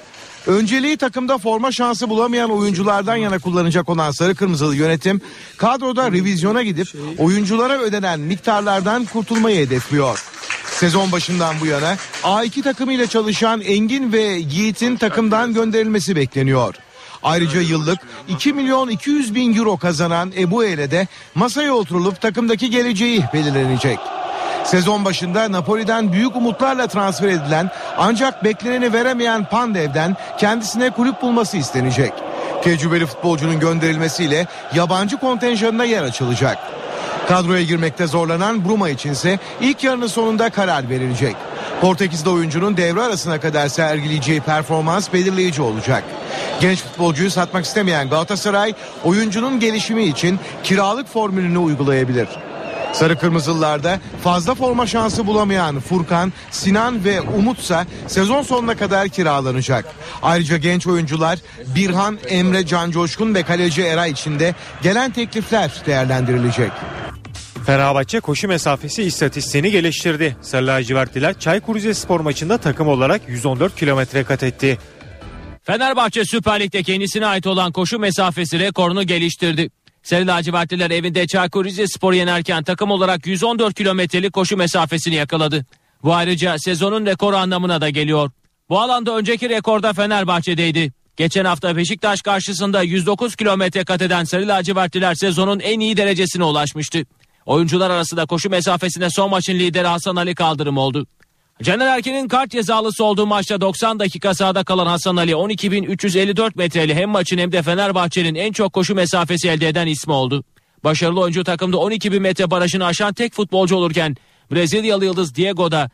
Önceliği takımda forma şansı bulamayan oyunculardan yana kullanacak olan sarı kırmızılı yönetim kadroda revizyona gidip oyunculara ödenen miktarlardan kurtulmayı hedefliyor. Sezon başından bu yana A2 takımıyla çalışan Engin ve Yiğit'in takımdan gönderilmesi bekleniyor. Ayrıca yıllık 2.200.000 euro kazanan Ebu'yle de masaya oturulup takımdaki geleceği belirlenecek. Sezon başında Napoli'den büyük umutlarla transfer edilen ancak bekleneni veremeyen Pandev'den kendisine kulüp bulması istenecek. Tecrübeli futbolcunun gönderilmesiyle yabancı kontenjanına yer açılacak. Kadroya girmekte zorlanan Bruma içinse ilk yarının sonunda karar verilecek. Portekizli oyuncunun devre arasına kadar sergileyeceği performans belirleyici olacak. Genç futbolcuyu satmak istemeyen Galatasaray oyuncunun gelişimi için kiralık formülünü uygulayabilir. Sarı Kırmızılılarda fazla forma şansı bulamayan Furkan, Sinan ve Umutsa sezon sonuna kadar kiralanacak. Ayrıca genç oyuncular Birhan, Emre, Can Coşkun ve kaleci Eray için de gelen teklifler değerlendirilecek. Fenerbahçe koşu mesafesi istatistiğini geliştirdi. Sarı lacivertliler Çaykur Rizespor maçında takım olarak 114 kilometre kat etti. Fenerbahçe Süper Lig'de kendisine ait olan koşu mesafesi rekorunu geliştirdi. Sarı lacivertliler evinde Çaykur Rizespor'u yenerken takım olarak 114 kilometrelik koşu mesafesini yakaladı. Bu ayrıca sezonun rekoru anlamına da geliyor. Bu alanda önceki rekorda Fenerbahçe'deydi. Geçen hafta Beşiktaş karşısında 109 kilometre kat eden Sarı lacivertliler sezonun en iyi derecesine ulaşmıştı. Oyuncular arasında koşu mesafesinde son maçın lideri Hasan Ali Kaldırım oldu. Caner Erkin'in kart cezalısı olduğu maçta 90 dakika sahada kalan Hasan Ali 12.354 metreli hem maçın hem de Fenerbahçe'nin en çok koşu mesafesi elde eden ismi oldu. Başarılı oyuncu takımda 12.000 metre barajını aşan tek futbolcu olurken Brezilyalı yıldız Diego da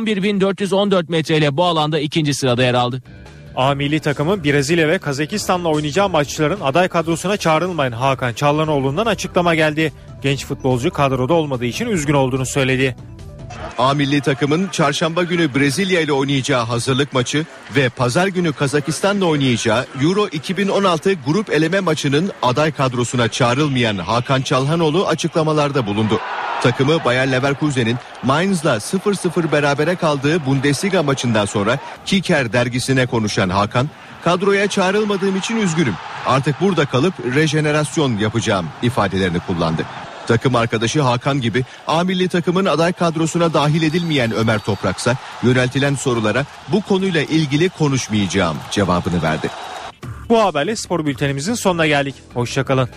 11.414 metreyle bu alanda ikinci sırada yer aldı. A milli takımın Brezilya ve Kazakistan'la oynayacağı maçların aday kadrosuna çağrılmayan Hakan Çalhanoğlu'ndan açıklama geldi. Genç futbolcu kadroda olmadığı için üzgün olduğunu söyledi. A milli takımın çarşamba günü Brezilya ile oynayacağı hazırlık maçı ve pazar günü Kazakistan'la oynayacağı Euro 2016 grup eleme maçının aday kadrosuna çağrılmayan Hakan Çalhanoğlu açıklamalarda bulundu. Takımı Bayer Leverkusen'in Mainz'la 0-0 berabere kaldığı Bundesliga maçından sonra Kicker dergisine konuşan Hakan, kadroya çağrılmadığım için üzgünüm. Artık burada kalıp rejenerasyon yapacağım ifadelerini kullandı. Takım arkadaşı Hakan gibi A milli takımın aday kadrosuna dahil edilmeyen Ömer Topraksa yöneltilen sorulara bu konuyla ilgili konuşmayacağım cevabını verdi. Bu haberle spor bültenimizin sonuna geldik. Hoşçakalın.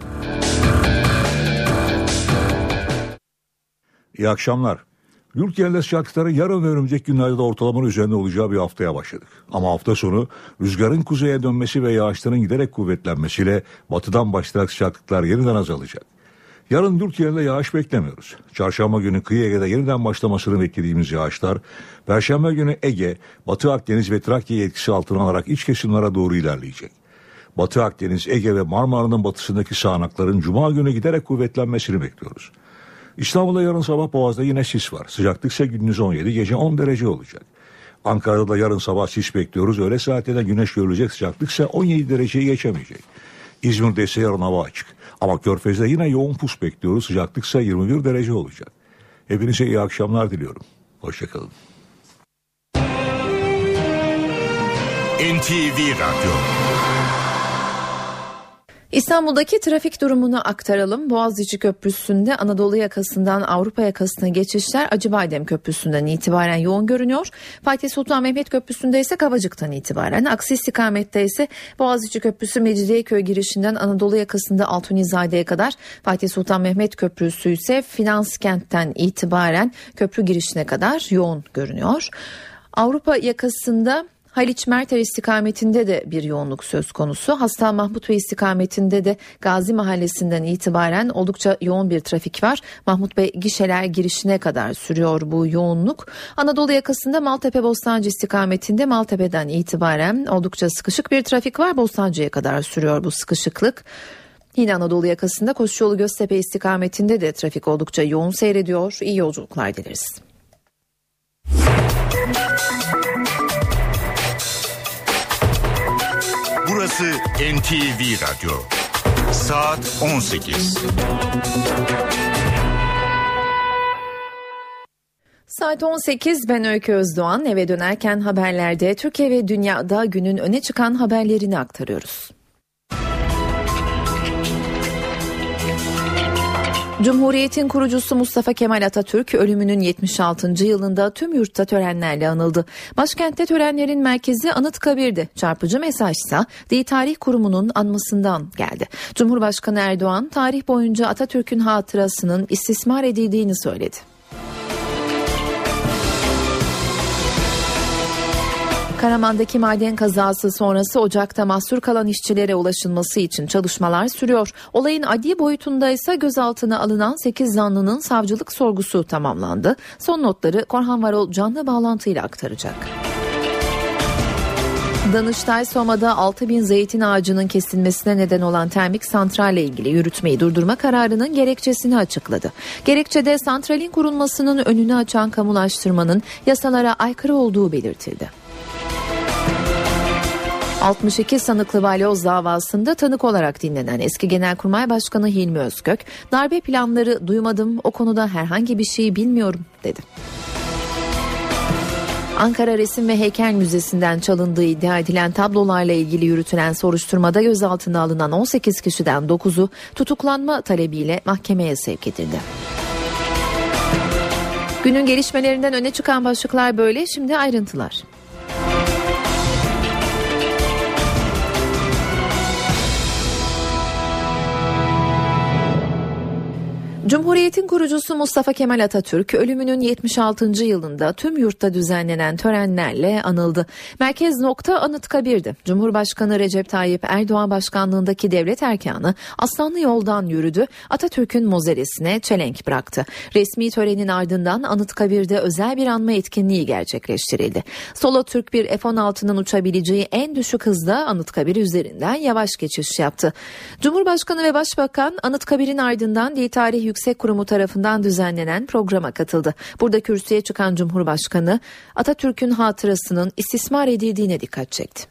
İyi akşamlar. Yurt genelinde sıcaklıkların yarın ve önümüzdeki günlerde de ortalamanın üzerinde olacağı bir haftaya başladık. Ama hafta sonu rüzgarın kuzeye dönmesi ve yağışların giderek kuvvetlenmesiyle batıdan başlayarak sıcaklıklar yeniden azalacak. Yarın yurt genelinde yağış beklemiyoruz. Çarşamba günü kıyı Ege'de yeniden başlamasını beklediğimiz yağışlar, Perşembe günü Ege, Batı Akdeniz ve Trakya'yı etkisi altına alarak iç kesimlere doğru ilerleyecek. Batı Akdeniz, Ege ve Marmara'nın batısındaki sağanakların Cuma günü giderek kuvvetlenmesini bekliyoruz. İstanbul'da yarın sabah Boğaz'da yine sis var. Sıcaklık ise gündüz 17, gece 10 derece olacak. Ankara'da da yarın sabah sis bekliyoruz. Öğle saatinde güneş görülecek, sıcaklık ise 17 dereceyi geçemeyecek. İzmir'de ise yarın hava açık. Ama Körfez'de yine yoğun pus bekliyoruz. Sıcaklık ise 21 derece olacak. Hepinize iyi akşamlar diliyorum. Hoşçakalın. NTV Radyo. İstanbul'daki trafik durumunu aktaralım. Boğaziçi Köprüsü'nde Anadolu yakasından Avrupa yakasına geçişler Acıbadem Köprüsü'nden itibaren yoğun görünüyor. Fatih Sultan Mehmet Köprüsü'nde ise Kavacık'tan itibaren. Aksi istikamette ise Boğaziçi Köprüsü Mecidiyeköy girişinden Anadolu yakasında Altunizade'ye kadar. Fatih Sultan Mehmet Köprüsü ise Finanskent'ten itibaren köprü girişine kadar yoğun görünüyor. Avrupa yakasında Haliç Merter istikametinde de bir yoğunluk söz konusu. Hastal Mahmut Bey istikametinde de Gazi Mahallesi'nden itibaren oldukça yoğun bir trafik var. Mahmut Bey gişeler girişine kadar sürüyor bu yoğunluk. Anadolu yakasında Maltepe Bostancı istikametinde Maltepe'den itibaren oldukça sıkışık bir trafik var. Bostancı'ya kadar sürüyor bu sıkışıklık. Yine Anadolu yakasında Koşuyolu Göztepe istikametinde de trafik oldukça yoğun seyrediyor. İyi yolculuklar dileriz. Burası NTV Radyo. Saat 18. Saat 18, ben Öykü Özdoğan. Eve dönerken haberlerde Türkiye ve dünyada günün öne çıkan haberlerini aktarıyoruz. Cumhuriyet'in kurucusu Mustafa Kemal Atatürk ölümünün 76. yılında tüm yurtta törenlerle anıldı. Başkentte törenlerin merkezi Anıtkabir'di. Çarpıcı mesajsa Dil Tarih Kurumu'nun anmasından geldi. Cumhurbaşkanı Erdoğan tarih boyunca Atatürk'ün hatırasının istismar edildiğini söyledi. Karaman'daki maden kazası sonrası ocakta mahsur kalan işçilere ulaşılması için çalışmalar sürüyor. Olayın adli boyutunda ise gözaltına alınan 8 zanlının savcılık sorgusu tamamlandı. Son notları Korhan Varol canlı bağlantıyla aktaracak. Danıştay Soma'da 6.000 zeytin ağacının kesilmesine neden olan termik santralle ilgili yürütmeyi durdurma kararının gerekçesini açıkladı. Gerekçede santralin kurulmasının önünü açan kamulaştırmanın yasalara aykırı olduğu belirtildi. 62 sanıklı balyoz davasında tanık olarak dinlenen eski Genelkurmay Başkanı Hilmi Özkök, darbe planları duymadım, o konuda herhangi bir şey bilmiyorum dedi. Ankara Resim ve Heykel Müzesi'nden çalındığı iddia edilen tablolarla ilgili yürütülen soruşturmada gözaltına alınan 18 kişiden 9'u tutuklanma talebiyle mahkemeye sevk edildi. Günün gelişmelerinden öne çıkan başlıklar böyle, şimdi ayrıntılar. Cumhuriyet'in kurucusu Mustafa Kemal Atatürk ölümünün 76. yılında tüm yurtta düzenlenen törenlerle anıldı. Merkez nokta Anıtkabir'di. Cumhurbaşkanı Recep Tayyip Erdoğan başkanlığındaki devlet erkanı Aslanlı Yol'dan yürüdü, Atatürk'ün mozelesine çelenk bıraktı. Resmi törenin ardından Anıtkabir'de özel bir anma etkinliği gerçekleştirildi. Solatürk bir F-16'nın uçabileceği en düşük hızda Anıtkabir üzerinden yavaş geçiş yaptı. Cumhurbaşkanı ve Başbakan Anıtkabir'in ardından Dil Tarih Yüksek Kurumu tarafından düzenlenen programa katıldı. Burada kürsüye çıkan Cumhurbaşkanı Atatürk'ün hatırasının istismar edildiğine dikkat çekti.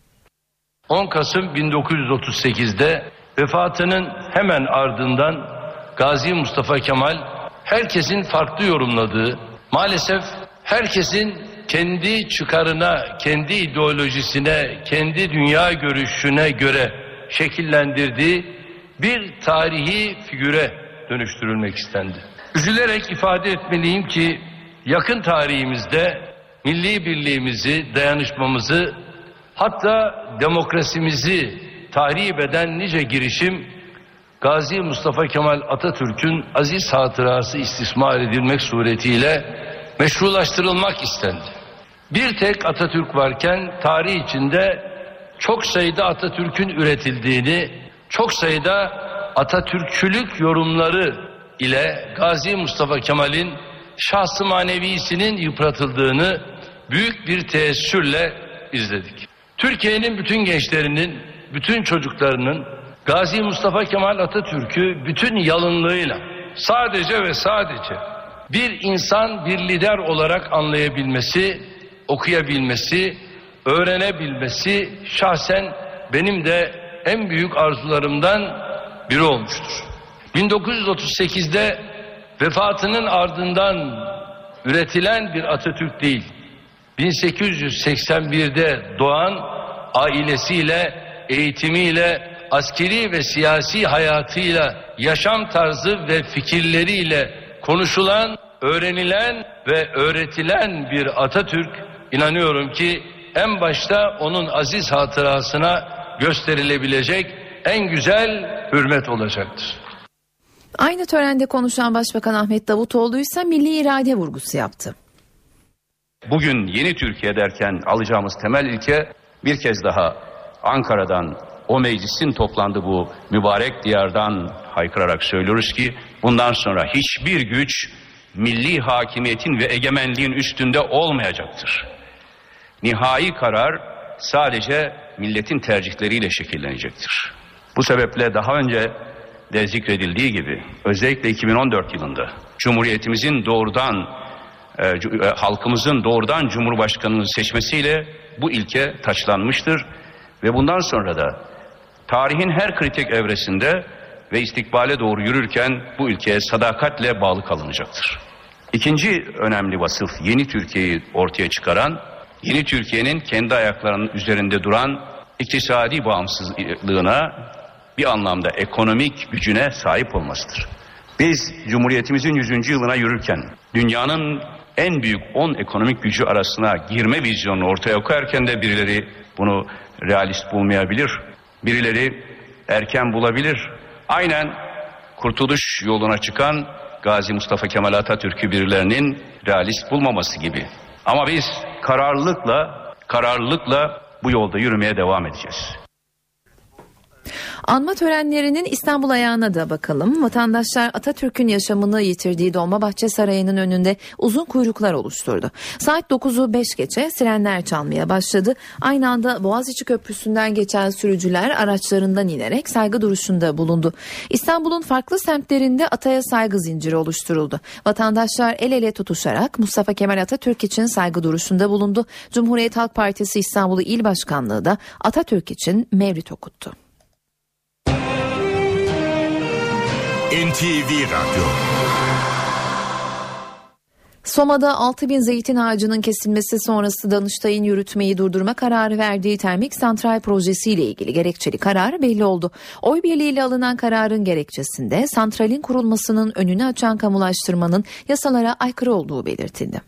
10 Kasım 1938'de vefatının hemen ardından Gazi Mustafa Kemal herkesin farklı yorumladığı, maalesef herkesin kendi çıkarına, kendi ideolojisine, kendi dünya görüşüne göre şekillendirdiği bir tarihi figüre dönüştürülmek istendi. Üzülerek ifade etmeliyim ki yakın tarihimizde milli birliğimizi, dayanışmamızı, hatta demokrasimizi tahrip eden nice girişim Gazi Mustafa Kemal Atatürk'ün aziz hatırası istismar edilmek suretiyle meşrulaştırılmak istendi. Bir tek Atatürk varken tarih içinde çok sayıda Atatürk'ün üretildiğini, çok sayıda Atatürkçülük yorumları ile Gazi Mustafa Kemal'in şahsı manevisinin yıpratıldığını büyük bir teessürle izledik. Türkiye'nin bütün gençlerinin, bütün çocuklarının Gazi Mustafa Kemal Atatürk'ü bütün yalınlığıyla sadece ve sadece bir insan, bir lider olarak anlayabilmesi, okuyabilmesi, öğrenebilmesi şahsen benim de en büyük arzularımdan biri olmuştur. 1938'de vefatının ardından üretilen bir Atatürk değil, 1881'de doğan, ailesiyle, eğitimiyle, askeri ve siyasi hayatıyla, yaşam tarzı ve fikirleriyle konuşulan, öğrenilen ve öğretilen bir Atatürk, inanıyorum ki en başta onun aziz hatırasına gösterilebilecek en güzel hürmet olacaktır. Aynı törende konuşan Başbakan Ahmet Davutoğlu ise milli irade vurgusu yaptı. Bugün yeni Türkiye derken alacağımız temel ilke bir kez daha Ankara'dan, o meclisin toplandığı bu mübarek diyardan haykırarak söylüyoruz ki bundan sonra hiçbir güç milli hakimiyetin ve egemenliğin üstünde olmayacaktır. Nihai karar sadece milletin tercihleriyle şekillenecektir. Bu sebeple daha önce de zikredildiği gibi özellikle 2014 yılında Cumhuriyetimizin halkımızın doğrudan Cumhurbaşkanı'nı seçmesiyle bu ilke taçlanmıştır ve bundan sonra da tarihin her kritik evresinde ve istikbale doğru yürürken bu ilkeye sadakatle bağlı kalınacaktır. İkinci önemli vasıf, yeni Türkiye'yi ortaya çıkaran, yeni Türkiye'nin kendi ayaklarının üzerinde duran iktisadi bağımsızlığına, bir anlamda ekonomik gücüne sahip olmasıdır. Biz Cumhuriyetimizin 100. yılına yürürken dünyanın en büyük 10 ekonomik gücü arasına girme vizyonunu ortaya koyarken de birileri bunu realist bulmayabilir, birileri erken bulabilir. Aynen kurtuluş yoluna çıkan Gazi Mustafa Kemal Atatürk'ü birilerinin realist bulmaması gibi. Ama biz kararlılıkla bu yolda yürümeye devam edeceğiz. Anma törenlerinin İstanbul ayağına da bakalım. Vatandaşlar Atatürk'ün yaşamını yitirdiği Dolmabahçe Sarayı'nın önünde uzun kuyruklar oluşturdu. Saat 9'u 5 geçe sirenler çalmaya başladı. Aynı anda Boğaziçi Köprüsü'nden geçen sürücüler araçlarından inerek saygı duruşunda bulundu. İstanbul'un farklı semtlerinde ataya saygı zinciri oluşturuldu. Vatandaşlar el ele tutuşarak Mustafa Kemal Atatürk için saygı duruşunda bulundu. Cumhuriyet Halk Partisi İstanbul İl Başkanlığı da Atatürk için mevlid okuttu. NTV Radyo. Soma'da 6.000 zeytin ağacının kesilmesi sonrası Danıştay'ın yürütmeyi durdurma kararı verdiği termik santral projesiyle ilgili gerekçeli karar belli oldu. Oy birliğiyle alınan kararın gerekçesinde santralin kurulmasının önünü açan kamulaştırmanın yasalara aykırı olduğu belirtildi.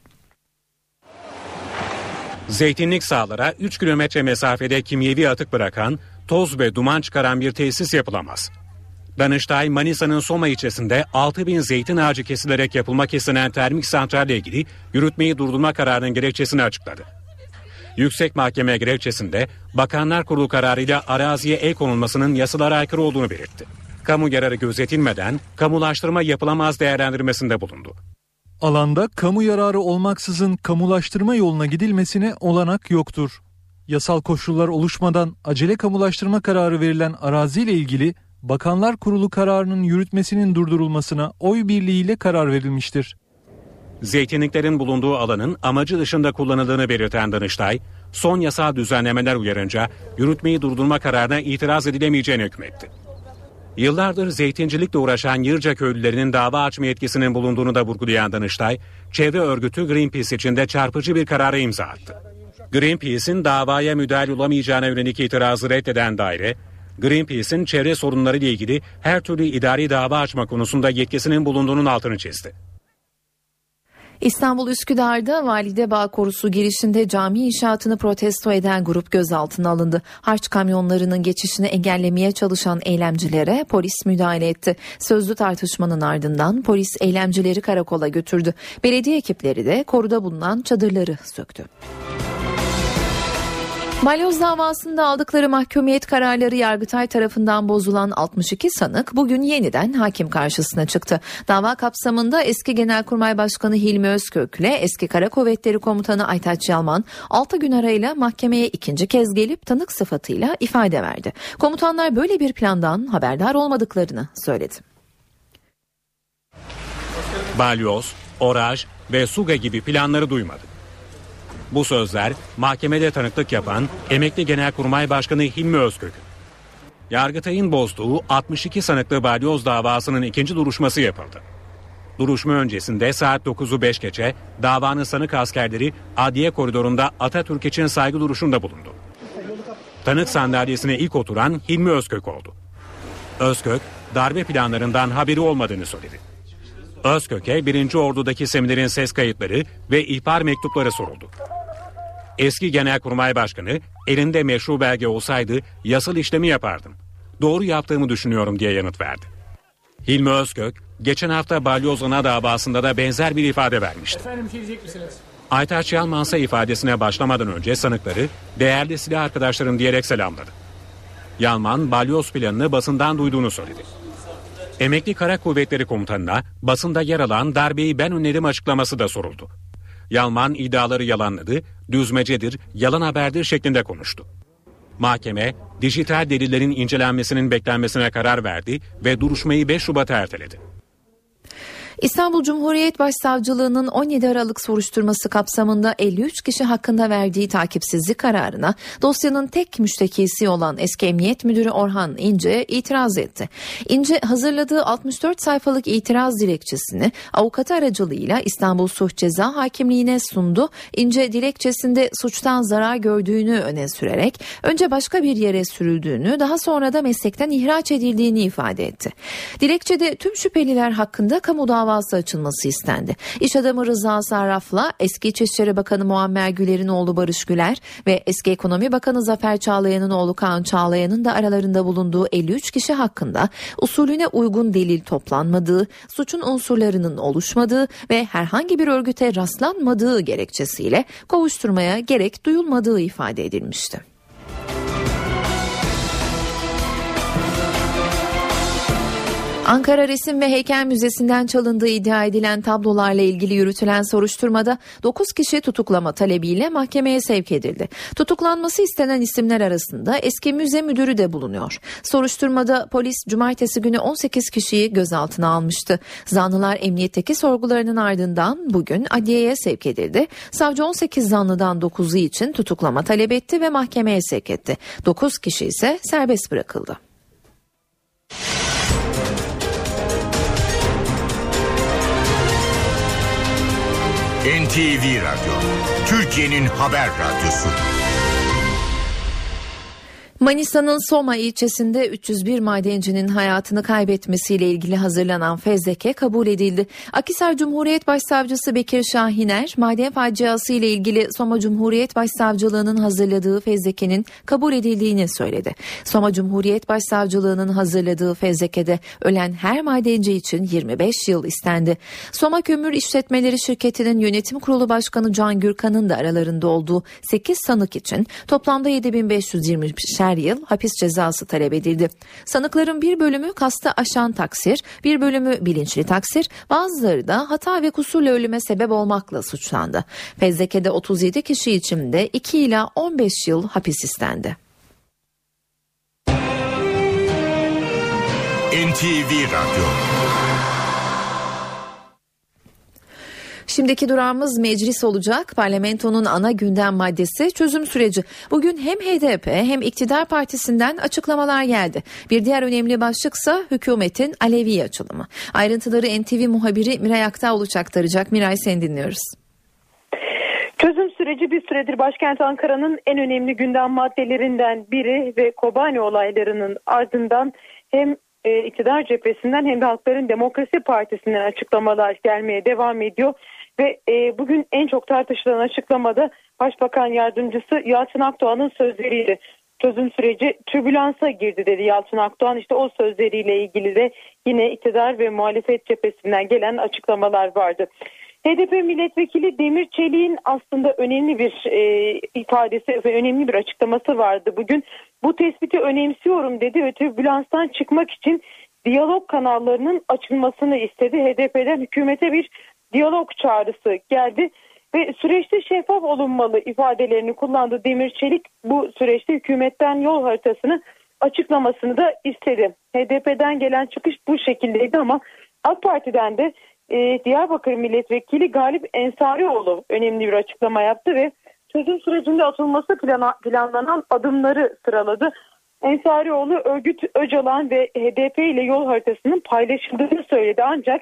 Zeytinlik sahalara 3 kilometre mesafede kimyevi atık bırakan, toz ve duman çıkaran bir tesis yapılamaz. Danıştay, Manisa'nın Soma ilçesinde 6.000 zeytin ağacı kesilerek yapılmak istenen termik santralle ilgili yürütmeyi durdurma kararının gerekçesini açıkladı. Yüksek Mahkeme gerekçesinde Bakanlar Kurulu kararıyla araziye el konulmasının yasalara aykırı olduğunu belirtti. Kamu yararı gözetilmeden kamulaştırma yapılamaz değerlendirmesinde bulundu. Alanda kamu yararı olmaksızın kamulaştırma yoluna gidilmesine olanak yoktur. Yasal koşullar oluşmadan acele kamulaştırma kararı verilen araziyle ilgili Bakanlar Kurulu kararının yürütmesinin durdurulmasına oy birliğiyle karar verilmiştir. Zeytinliklerin bulunduğu alanın amacı dışında kullanıldığını belirten Danıştay, son yasal düzenlemeler uyarınca yürütmeyi durdurma kararına itiraz edilemeyeceğini hükmetti. Yıllardır zeytincilikle uğraşan Yırca köylülerinin dava açma yetkisinin bulunduğunu da vurgulayan Danıştay, çevre örgütü Greenpeace için de çarpıcı bir karara imza attı. Greenpeace'in davaya müdahil olamayacağına yönelik itirazı reddeden daire, Greenpeace'in çevre sorunları ile ilgili her türlü idari dava açma konusunda yetkisinin bulunduğunun altını çizdi. İstanbul Üsküdar'da Validebağ Korusu girişinde cami inşaatını protesto eden grup gözaltına alındı. Harç kamyonlarının geçişini engellemeye çalışan eylemcilere polis müdahale etti. Sözlü tartışmanın ardından polis eylemcileri karakola götürdü. Belediye ekipleri de koruda bulunan çadırları söktü. Balyoz davasında aldıkları mahkumiyet kararları Yargıtay tarafından bozulan 62 sanık bugün yeniden hakim karşısına çıktı. Dava kapsamında eski Genelkurmay Başkanı Hilmi Özkök ile eski Kara Kuvvetleri Komutanı Aytaç Yalman 6 gün arayla mahkemeye ikinci kez gelip tanık sıfatıyla ifade verdi. Komutanlar böyle bir plandan haberdar olmadıklarını söyledi. Balyoz, Oraj ve Suga gibi planları duymadı. Bu sözler mahkemede tanıklık yapan emekli Genelkurmay Başkanı Hilmi Özkök'ün. Yargıtay'ın bozduğu 62 sanıklı balyoz davasının ikinci duruşması yapıldı. Duruşma öncesinde saat 9'u 5 geçe davanın sanık askerleri adliye koridorunda Atatürk için saygı duruşunda bulundu. Tanık sandalyesine ilk oturan Hilmi Özkök oldu. Özkök, darbe planlarından haberi olmadığını söyledi. Özkök'e 1. Ordu'daki seminerin ses kayıtları ve ihbar mektupları soruldu. Eski Genelkurmay Başkanı, elinde meşru belge olsaydı yasal işlemi yapardım. Doğru yaptığımı düşünüyorum diye yanıt verdi. Hilmi Özkök, geçen hafta Balyoz Ana davasında da benzer bir ifade vermişti. Efendim bir şey diyecek misiniz? Aytaç Yalmansa ifadesine başlamadan önce sanıkları değerli silah arkadaşlarım diyerek selamladı. Yalman, balyoz planını basından duyduğunu söyledi. Emekli Kara Kuvvetleri Komutanı'na basında yer alan darbeyi ben önledim açıklaması da soruldu. Yalman iddiaları yalanladı, düzmecedir, yalan haberdir şeklinde konuştu. Mahkeme, dijital delillerin incelenmesinin beklenmesine karar verdi ve duruşmayı 5 Şubat'a erteledi. İstanbul Cumhuriyet Başsavcılığı'nın 17 Aralık soruşturması kapsamında 53 kişi hakkında verdiği takipsizlik kararına dosyanın tek müştekisi olan eski Emniyet Müdürü Orhan İnce itiraz etti. İnce hazırladığı 64 sayfalık itiraz dilekçesini avukatı aracılığıyla İstanbul Suç Ceza Hakimliği'ne sundu. İnce dilekçesinde suçtan zarar gördüğünü öne sürerek önce başka bir yere sürüldüğünü, daha sonra da meslekten ihraç edildiğini ifade etti. Dilekçede tüm şüpheliler hakkında kamu davası açılması istendi. İş adamı Rıza Sarraf'la eski İçişleri Bakanı Muammer Güler'in oğlu Barış Güler ve eski Ekonomi Bakanı Zafer Çağlayan'ın oğlu Kaan Çağlayan'ın da aralarında bulunduğu 53 kişi hakkında usulüne uygun delil toplanmadığı, suçun unsurlarının oluşmadığı ve herhangi bir örgüte rastlanmadığı gerekçesiyle kovuşturmaya gerek duyulmadığı ifade edilmişti. Ankara Resim ve Heykel Müzesi'nden çalındığı iddia edilen tablolarla ilgili yürütülen soruşturmada 9 kişi tutuklama talebiyle mahkemeye sevk edildi. Tutuklanması istenen isimler arasında eski müze müdürü de bulunuyor. Soruşturmada polis cumartesi günü 18 kişiyi gözaltına almıştı. Zanlılar emniyetteki sorgularının ardından bugün adliyeye sevk edildi. Savcı 18 zanlıdan 9'u için tutuklama talep etti ve mahkemeye sevk etti. 9 kişi ise serbest bırakıldı. NTV Radyo, Türkiye'nin haber radyosu. Manisa'nın Soma ilçesinde 301 madencinin hayatını kaybetmesiyle ilgili hazırlanan fezleke kabul edildi. Akhisar Cumhuriyet Başsavcısı Bekir Şahiner, maden faciası ile ilgili Soma Cumhuriyet Başsavcılığı'nın hazırladığı fezlekenin kabul edildiğini söyledi. Soma Cumhuriyet Başsavcılığı'nın hazırladığı fezlekede ölen her madenci için 25 yıl istendi. Soma Kömür İşletmeleri Şirketi'nin yönetim kurulu başkanı Can Gürkan'ın da aralarında olduğu 8 sanık için toplamda 7520 yıl hapis cezası talep edildi. Sanıkların bir bölümü kasta aşan taksir, bir bölümü bilinçli taksir, bazıları da hata ve kusurla ölüme sebep olmakla suçlandı. Fezleke'de 37 kişi için de 2 ila 15 yıl hapis istendi. NTV Radyo. Şimdiki durağımız meclis olacak. Parlamentonun ana gündem maddesi çözüm süreci. Bugün hem HDP hem iktidar partisinden açıklamalar geldi. Bir diğer önemli başlıksa hükümetin Alevi açılımı. Ayrıntıları NTV muhabiri Miray Aktağoluç aktaracak. Miray, seni dinliyoruz. Çözüm süreci bir süredir başkent Ankara'nın en önemli gündem maddelerinden biri ve Kobani olaylarının ardından hem iktidar cephesinden hem de Halkların Demokrasi Partisi'nden açıklamalar gelmeye devam ediyor. Ve bugün en çok tartışılan açıklamada Başbakan Yardımcısı Yalçın Akdoğan'ın sözleriydi. Çözüm süreci türbülansa girdi dedi Yalçın Akdoğan. İşte o sözleriyle ilgili de yine iktidar ve muhalefet cephesinden gelen açıklamalar vardı. HDP milletvekili Demir Çelik'in aslında önemli bir ifadesi ve önemli bir açıklaması vardı bugün. Bu tespiti önemsiyorum dedi ve türbülanstan çıkmak için diyalog kanallarının açılmasını istedi. HDP'den hükümete bir diyalog çağrısı geldi ve süreçte şeffaf olunmalı ifadelerini kullandı Demir Çelik. Bu süreçte hükümetten yol haritasını açıklamasını da istedi. HDP'den gelen çıkış bu şekildeydi ama AK Parti'den de Diyarbakır Milletvekili Galip Ensarioğlu önemli bir açıklama yaptı ve çözüm sürecinde atılması planlanan adımları sıraladı. Ensarioğlu örgüt Öcalan ve HDP ile yol haritasının paylaşıldığını söyledi ancak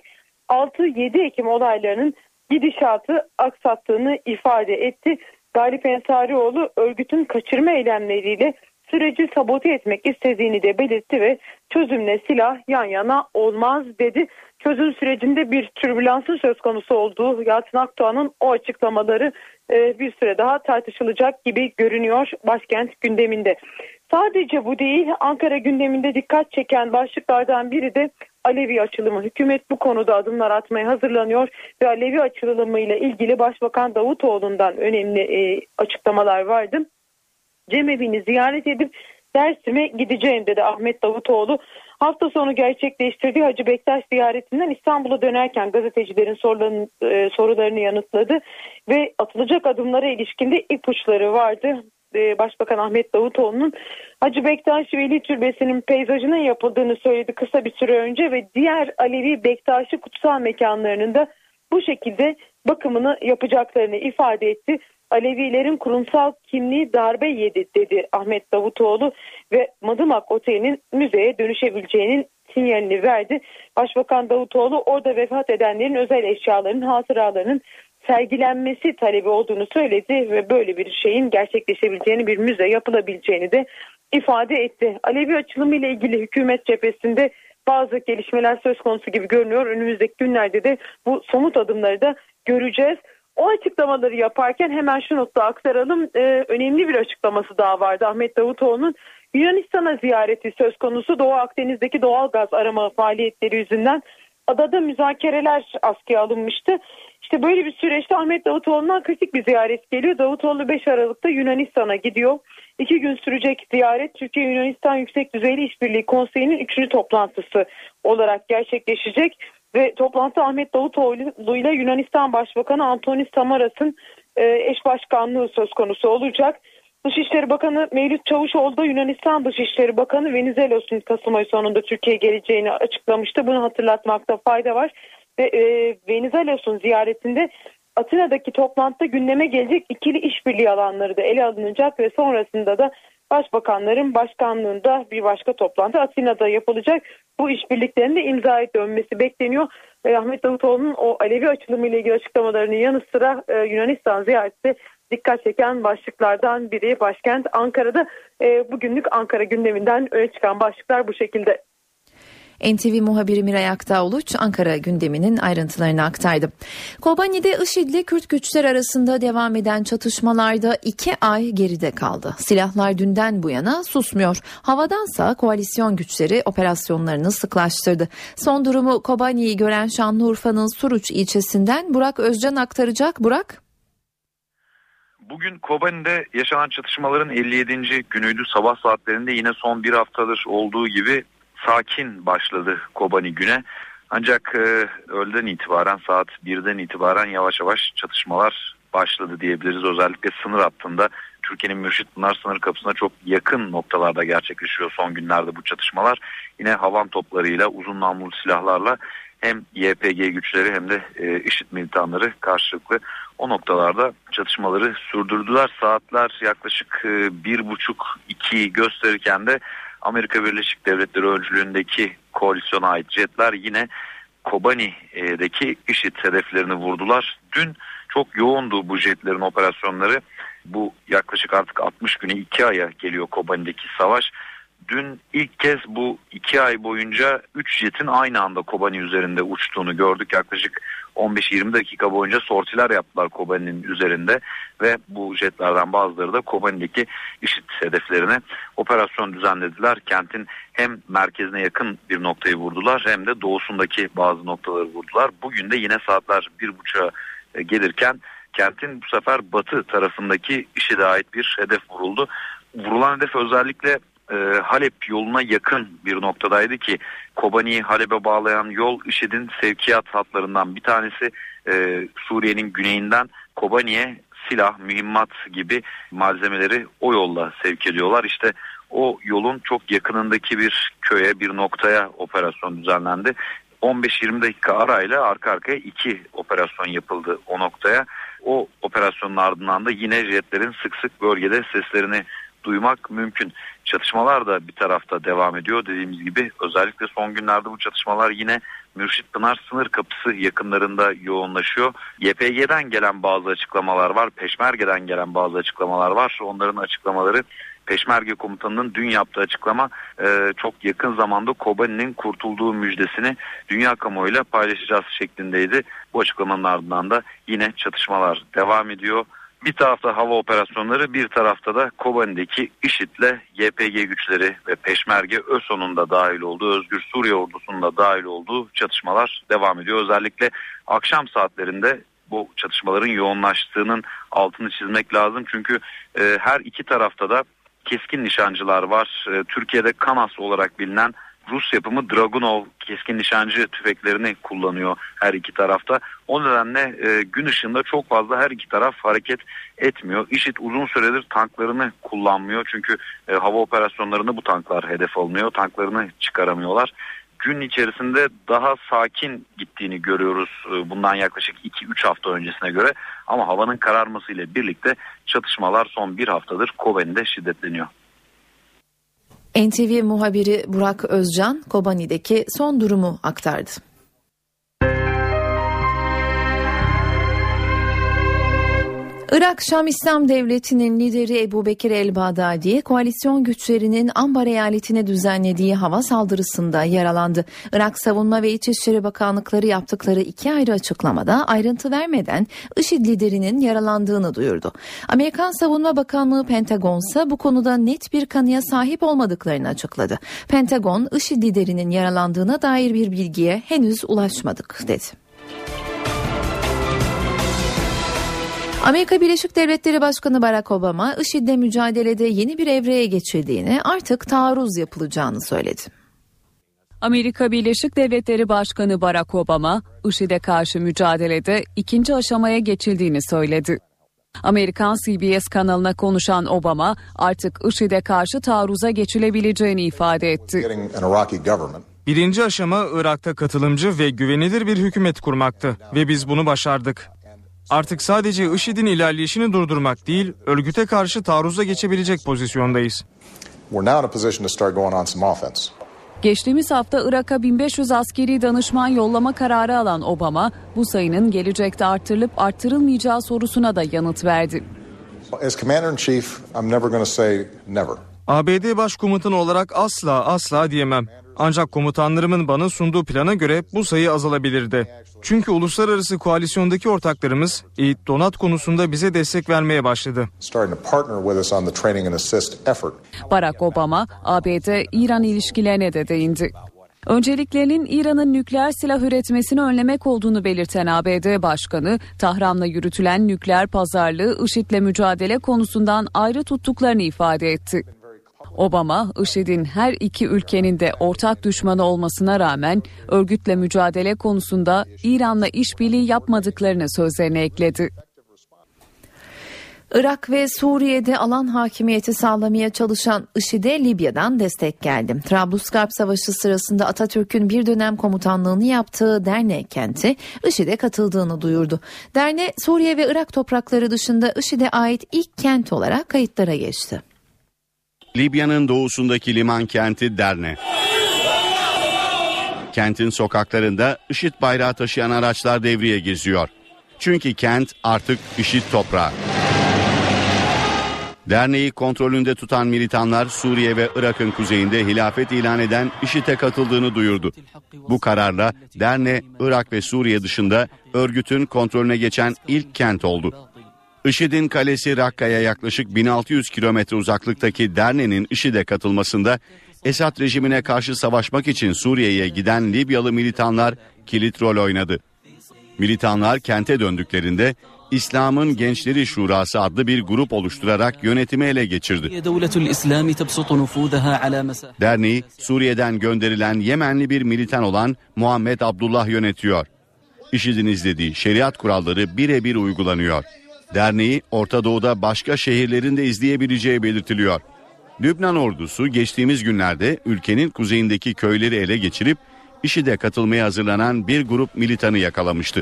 6-7 Ekim olaylarının gidişatı aksattığını ifade etti. Galip Ensarioğlu örgütün kaçırma eylemleriyle süreci sabote etmek istediğini de belirtti ve çözümle silah yan yana olmaz dedi. Çözüm sürecinde bir türbülansın söz konusu olduğu Yalçın Akdoğan'ın o açıklamaları bir süre daha tartışılacak gibi görünüyor başkent gündeminde. Sadece bu değil, Ankara gündeminde dikkat çeken başlıklardan biri de Alevi açılımı. Hükümet bu konuda adımlar atmaya hazırlanıyor ve Alevi açılımıyla ilgili Başbakan Davutoğlu'ndan önemli açıklamalar vardı. Cemevi'ni ziyaret edip Dersim'e gideceğim dedi Ahmet Davutoğlu. Hafta sonu gerçekleştirdiği Hacı Bektaş ziyaretinden İstanbul'a dönerken gazetecilerin sorularını yanıtladı ve atılacak adımlara ilişkin de ipuçları vardı. Başbakan Ahmet Davutoğlu'nun Hacı Bektaş Veli Türbesi'nin peyzajının yapıldığını söyledi kısa bir süre önce ve diğer Alevi Bektaşi kutsal mekanlarının da bu şekilde bakımını yapacaklarını ifade etti. Alevilerin kurumsal kimliği darbe yedi dedi Ahmet Davutoğlu ve Madımak Oteli'nin müzeye dönüşebileceğinin sinyalini verdi. Başbakan Davutoğlu orada vefat edenlerin özel eşyalarının, hatıralarının sergilenmesi talebi olduğunu söyledi ve böyle bir şeyin gerçekleşebileceğini, bir müze yapılabileceğini de ifade etti. Alevi açılımı ile ilgili hükümet cephesinde bazı gelişmeler söz konusu gibi görünüyor. Önümüzdeki günlerde de bu somut adımları da göreceğiz. O açıklamaları yaparken hemen şu notu aktaralım. Önemli bir açıklaması daha vardı Ahmet Davutoğlu'nun. Yunanistan'a ziyareti söz konusu. Doğu Akdeniz'deki doğal gaz arama faaliyetleri yüzünden adada müzakereler askıya alınmıştı. İşte böyle bir süreçte Ahmet Davutoğlu'ndan kritik bir ziyaret geliyor. Davutoğlu 5 Aralık'ta Yunanistan'a gidiyor. 2 gün sürecek ziyaret Türkiye-Yunanistan Yüksek Düzeyli İşbirliği Konseyi'nin 3. toplantısı olarak gerçekleşecek. Ve toplantı Ahmet Davutoğlu ile Yunanistan Başbakanı Antonis Samaras'ın eş başkanlığı söz konusu olacak. Dışişleri Bakanı Mevlüt Çavuşoğlu da Yunanistan Dışişleri Bakanı Venizelos'un Kasım ayı sonunda Türkiye'ye geleceğini açıklamıştı. Bunu hatırlatmakta fayda var. Ve Venizelos'un ziyaretinde Atina'daki toplantıda gündeme gelecek ikili işbirliği alanları da ele alınacak ve sonrasında da başbakanların başkanlığında bir başka toplantı Atina'da yapılacak. Bu işbirliklerinde imzaya dönmesi bekleniyor. Ahmet Davutoğlu'nun o Alevi açılımı ile ilgili açıklamalarının yanı sıra Yunanistan ziyareti dikkat çeken başlıklardan biri. Başkent Ankara'da bugünlük Ankara gündeminden öne çıkan başlıklar bu şekilde. NTV muhabiri Miray Aktağuluç Ankara gündeminin ayrıntılarını aktardı. Kobani'de IŞİD'le Kürt güçler arasında devam eden çatışmalarda 2 ay geride kaldı. Silahlar dünden bu yana susmuyor. Havadansa koalisyon güçleri operasyonlarını sıklaştırdı. Son durumu Kobani'yi gören Şanlıurfa'nın Suruç ilçesinden Burak Özcan aktaracak. Burak. Bugün Kobani'de yaşanan çatışmaların 57. günüydü. Sabah saatlerinde yine son bir haftadır olduğu gibi sakin başladı Kobani güne. Ancak öğleden itibaren saat 1'den itibaren yavaş yavaş çatışmalar başladı diyebiliriz. Özellikle sınır hattında Türkiye'nin Mürşitpınar sınır kapısına çok yakın noktalarda gerçekleşiyor son günlerde bu çatışmalar. Yine havan toplarıyla, uzun namlulu silahlarla hem YPG güçleri hem de IŞİD militanları karşılıklı o noktalarda çatışmaları sürdürdüler. Saatler yaklaşık 1,5-2 gösterirken de Amerika Birleşik Devletleri öncülüğündeki koalisyona ait jetler yine Kobani'deki IŞİD hedeflerini vurdular. Dün çok yoğundu bu jetlerin operasyonları. Bu yaklaşık artık 60 güne 2 aya geliyor Kobani'deki savaş. Dün ilk kez bu 2 ay boyunca 3 jetin aynı anda Kobani üzerinde uçtuğunu gördük. Yaklaşık 15-20 dakika boyunca sortiler yaptılar Kobani'nin üzerinde ve bu jetlerden bazıları da Kobani'deki IŞİD hedeflerine operasyon düzenlediler. Kentin hem merkezine yakın bir noktayı vurdular hem de doğusundaki bazı noktaları vurdular. Bugün de yine saatler 1.30'a gelirken kentin bu sefer batı tarafındaki IŞİD'e ait bir hedef vuruldu. Vurulan hedef özellikle Halep yoluna yakın bir noktadaydı ki Kobani'yi Halep'e bağlayan yol IŞİD'in sevkiyat hatlarından bir tanesi. Suriye'nin güneyinden Kobani'ye silah, mühimmat gibi malzemeleri o yolla sevk ediyorlar. İşte o yolun çok yakınındaki bir köye, bir noktaya operasyon düzenlendi. 15-20 dakika arayla arka arkaya 2 operasyon yapıldı o noktaya. O operasyonun ardından da yine jetlerin sık sık bölgede seslerini duymak mümkün. Çatışmalar da bir tarafta devam ediyor. Dediğimiz gibi özellikle son günlerde bu çatışmalar yine Mürşitpınar sınır kapısı yakınlarında yoğunlaşıyor. YPG'den gelen bazı açıklamalar var. Peşmerge'den gelen bazı açıklamalar var. Onların açıklamaları Peşmerge komutanının dün yaptığı açıklama çok yakın zamanda Kobani'nin kurtulduğu müjdesini dünya kamuoyuyla paylaşacağız şeklindeydi. Bu açıklamanın ardından da yine çatışmalar devam ediyor. Bir tarafta hava operasyonları, bir tarafta da Kobani'deki IŞİD'le YPG güçleri ve Peşmerge ÖSO'nun da dahil olduğu, Özgür Suriye ordusunun da dahil olduğu çatışmalar devam ediyor. Özellikle akşam saatlerinde bu çatışmaların yoğunlaştığının altını çizmek lazım. Çünkü her iki tarafta da keskin nişancılar var. Türkiye'de KANAS olarak bilinen Rus yapımı Dragunov keskin nişancı tüfeklerini kullanıyor her iki tarafta. O nedenle gün ışığında çok fazla her iki taraf hareket etmiyor. IŞİD uzun süredir tanklarını kullanmıyor. Çünkü hava operasyonlarında bu tanklar hedef alınıyor. Tanklarını çıkaramıyorlar. Gün içerisinde daha sakin gittiğini görüyoruz bundan yaklaşık 2-3 hafta öncesine göre. Ama havanın kararmasıyla birlikte çatışmalar son bir haftadır Kobani'de şiddetleniyor. NTV muhabiri Burak Özcan, Kobani'deki son durumu aktardı. Irak Şam İslam Devleti'nin lideri Ebu Bekir el-Bağdadi, koalisyon güçlerinin Ambar eyaletine düzenlediği hava saldırısında yaralandı. Irak Savunma ve İçişleri Bakanlıkları yaptıkları iki ayrı açıklamada ayrıntı vermeden IŞİD liderinin yaralandığını duyurdu. Amerikan Savunma Bakanlığı Pentagon ise bu konuda net bir kanıya sahip olmadıklarını açıkladı. Pentagon, IŞİD liderinin yaralandığına dair bir bilgiye henüz ulaşmadık dedi. Amerika Birleşik Devletleri Başkanı Barack Obama, IŞİD'le mücadelede yeni bir evreye geçildiğini, artık taarruz yapılacağını söyledi. Amerika Birleşik Devletleri Başkanı Barack Obama, IŞİD'e karşı mücadelede ikinci aşamaya geçildiğini söyledi. Amerikan CBS kanalına konuşan Obama, artık IŞİD'e karşı taarruza geçilebileceğini ifade etti. Birinci aşama Irak'ta katılımcı ve güvenilir bir hükümet kurmaktı ve biz bunu başardık. Artık sadece IŞİD'in ilerleyişini durdurmak değil, örgüte karşı taarruza geçebilecek pozisyondayız. Geçtiğimiz hafta Irak'a 1500 askeri danışman yollama kararı alan Obama, bu sayının gelecekte artırılıp artırılmayacağı sorusuna da yanıt verdi. ABD Başkomutanı olarak asla diyemem. Ancak komutanlarımın bana sunduğu plana göre bu sayı azalabilirdi. Çünkü uluslararası koalisyondaki ortaklarımız eğit donat konusunda bize destek vermeye başladı. Barack Obama, ABD-İran ilişkilerine de değindi. Önceliklerinin İran'ın nükleer silah üretmesini önlemek olduğunu belirten ABD Başkanı, Tahran'la yürütülen nükleer pazarlığı IŞİD'le mücadele konusundan ayrı tuttuklarını ifade etti. Obama, IŞİD'in her iki ülkenin de ortak düşmanı olmasına rağmen örgütle mücadele konusunda İran'la işbirliği yapmadıklarını sözlerine ekledi. Irak ve Suriye'de alan hakimiyeti sağlamaya çalışan IŞİD'e Libya'dan destek geldi. Trablusgarp Savaşı sırasında Atatürk'ün bir dönem komutanlığını yaptığı Derne kenti IŞİD'e katıldığını duyurdu. Derne, Suriye ve Irak toprakları dışında IŞİD'e ait ilk kent olarak kayıtlara geçti. Libya'nın doğusundaki liman kenti Derne. Kentin sokaklarında IŞİD bayrağı taşıyan araçlar devreye geziyor. Çünkü kent artık IŞİD toprağı. Derneği kontrolünde tutan militanlar Suriye ve Irak'ın kuzeyinde hilafet ilan eden IŞİD'e katıldığını duyurdu. Bu kararla Derne, Irak ve Suriye dışında örgütün kontrolüne geçen ilk kent oldu. IŞİD'in kalesi Rakka'ya yaklaşık 1600 kilometre uzaklıktaki Derne'nin IŞİD'e katılmasında Esad rejimine karşı savaşmak için Suriye'ye giden Libyalı militanlar kilit rol oynadı. Militanlar kente döndüklerinde İslam'ın Gençleri Şurası adlı bir grup oluşturarak yönetimi ele geçirdi. Derneği Suriye'den gönderilen Yemenli bir militan olan Muhammed Abdullah yönetiyor. IŞİD'in izlediği şeriat kuralları birebir uygulanıyor. Derneği Orta Doğu'da başka şehirlerin de izleyebileceği belirtiliyor. Lübnan ordusu geçtiğimiz günlerde ülkenin kuzeyindeki köyleri ele geçirip IŞİD'e katılmaya hazırlanan bir grup militanı yakalamıştı.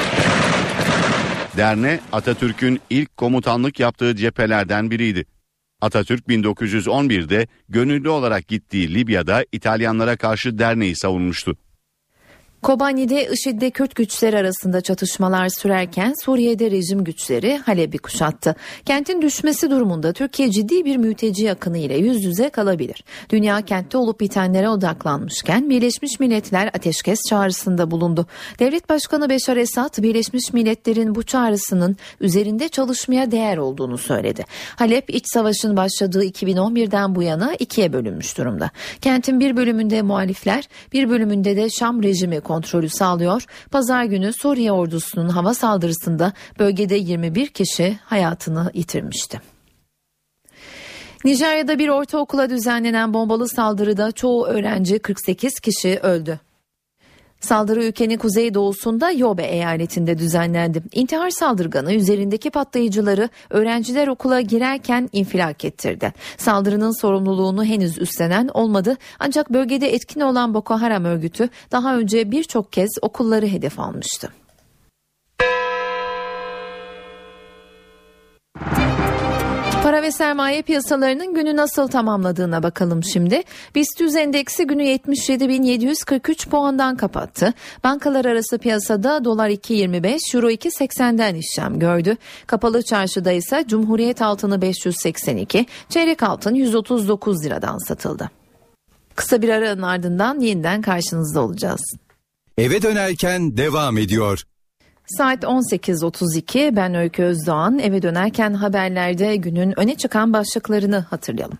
Derne, Atatürk'ün ilk komutanlık yaptığı cephelerden biriydi. Atatürk 1911'de gönüllü olarak gittiği Libya'da İtalyanlara karşı Derneği savunmuştu. Kobani'de IŞİD'le Kürt güçleri arasında çatışmalar sürerken Suriye'de rejim güçleri Halep'i kuşattı. Kentin düşmesi durumunda Türkiye ciddi bir mülteci akını ile yüz yüze kalabilir. Dünya kentte olup bitenlere odaklanmışken Birleşmiş Milletler ateşkes çağrısında bulundu. Devlet Başkanı Beşar Esad, Birleşmiş Milletler'in bu çağrısının üzerinde çalışmaya değer olduğunu söyledi. Halep, iç savaşın başladığı 2011'den bu yana ikiye bölünmüş durumda. Kentin bir bölümünde muhalifler, bir bölümünde de Şam rejimi kontrolü sağlıyor. Pazar günü Suriye ordusunun hava saldırısında bölgede 21 kişi hayatını yitirmişti. Nijerya'da bir ortaokula düzenlenen bombalı saldırıda çoğu öğrenci 48 kişi öldü. Saldırı ülkenin kuzeydoğusunda Yobe eyaletinde düzenlendi. İntihar saldırganı üzerindeki patlayıcıları öğrenciler okula girerken infilak ettirdi. Saldırının sorumluluğunu henüz üstlenen olmadı ancak bölgede etkin olan Boko Haram örgütü daha önce birçok kez okulları hedef almıştı. Para ve sermaye piyasalarının günü nasıl tamamladığına bakalım şimdi. BIST 100 endeksi günü 77.743 puandan kapattı. Bankalar arası piyasada dolar 2.25, euro 2.80'den işlem gördü. Kapalı çarşıda ise Cumhuriyet altını 582, çeyrek altın 139 liradan satıldı. Kısa bir aranın ardından yeniden karşınızda olacağız. Eve dönerken devam ediyor. Saat 18.32, ben Öykü Özdoğan. Eve dönerken haberlerde günün öne çıkan başlıklarını hatırlayalım.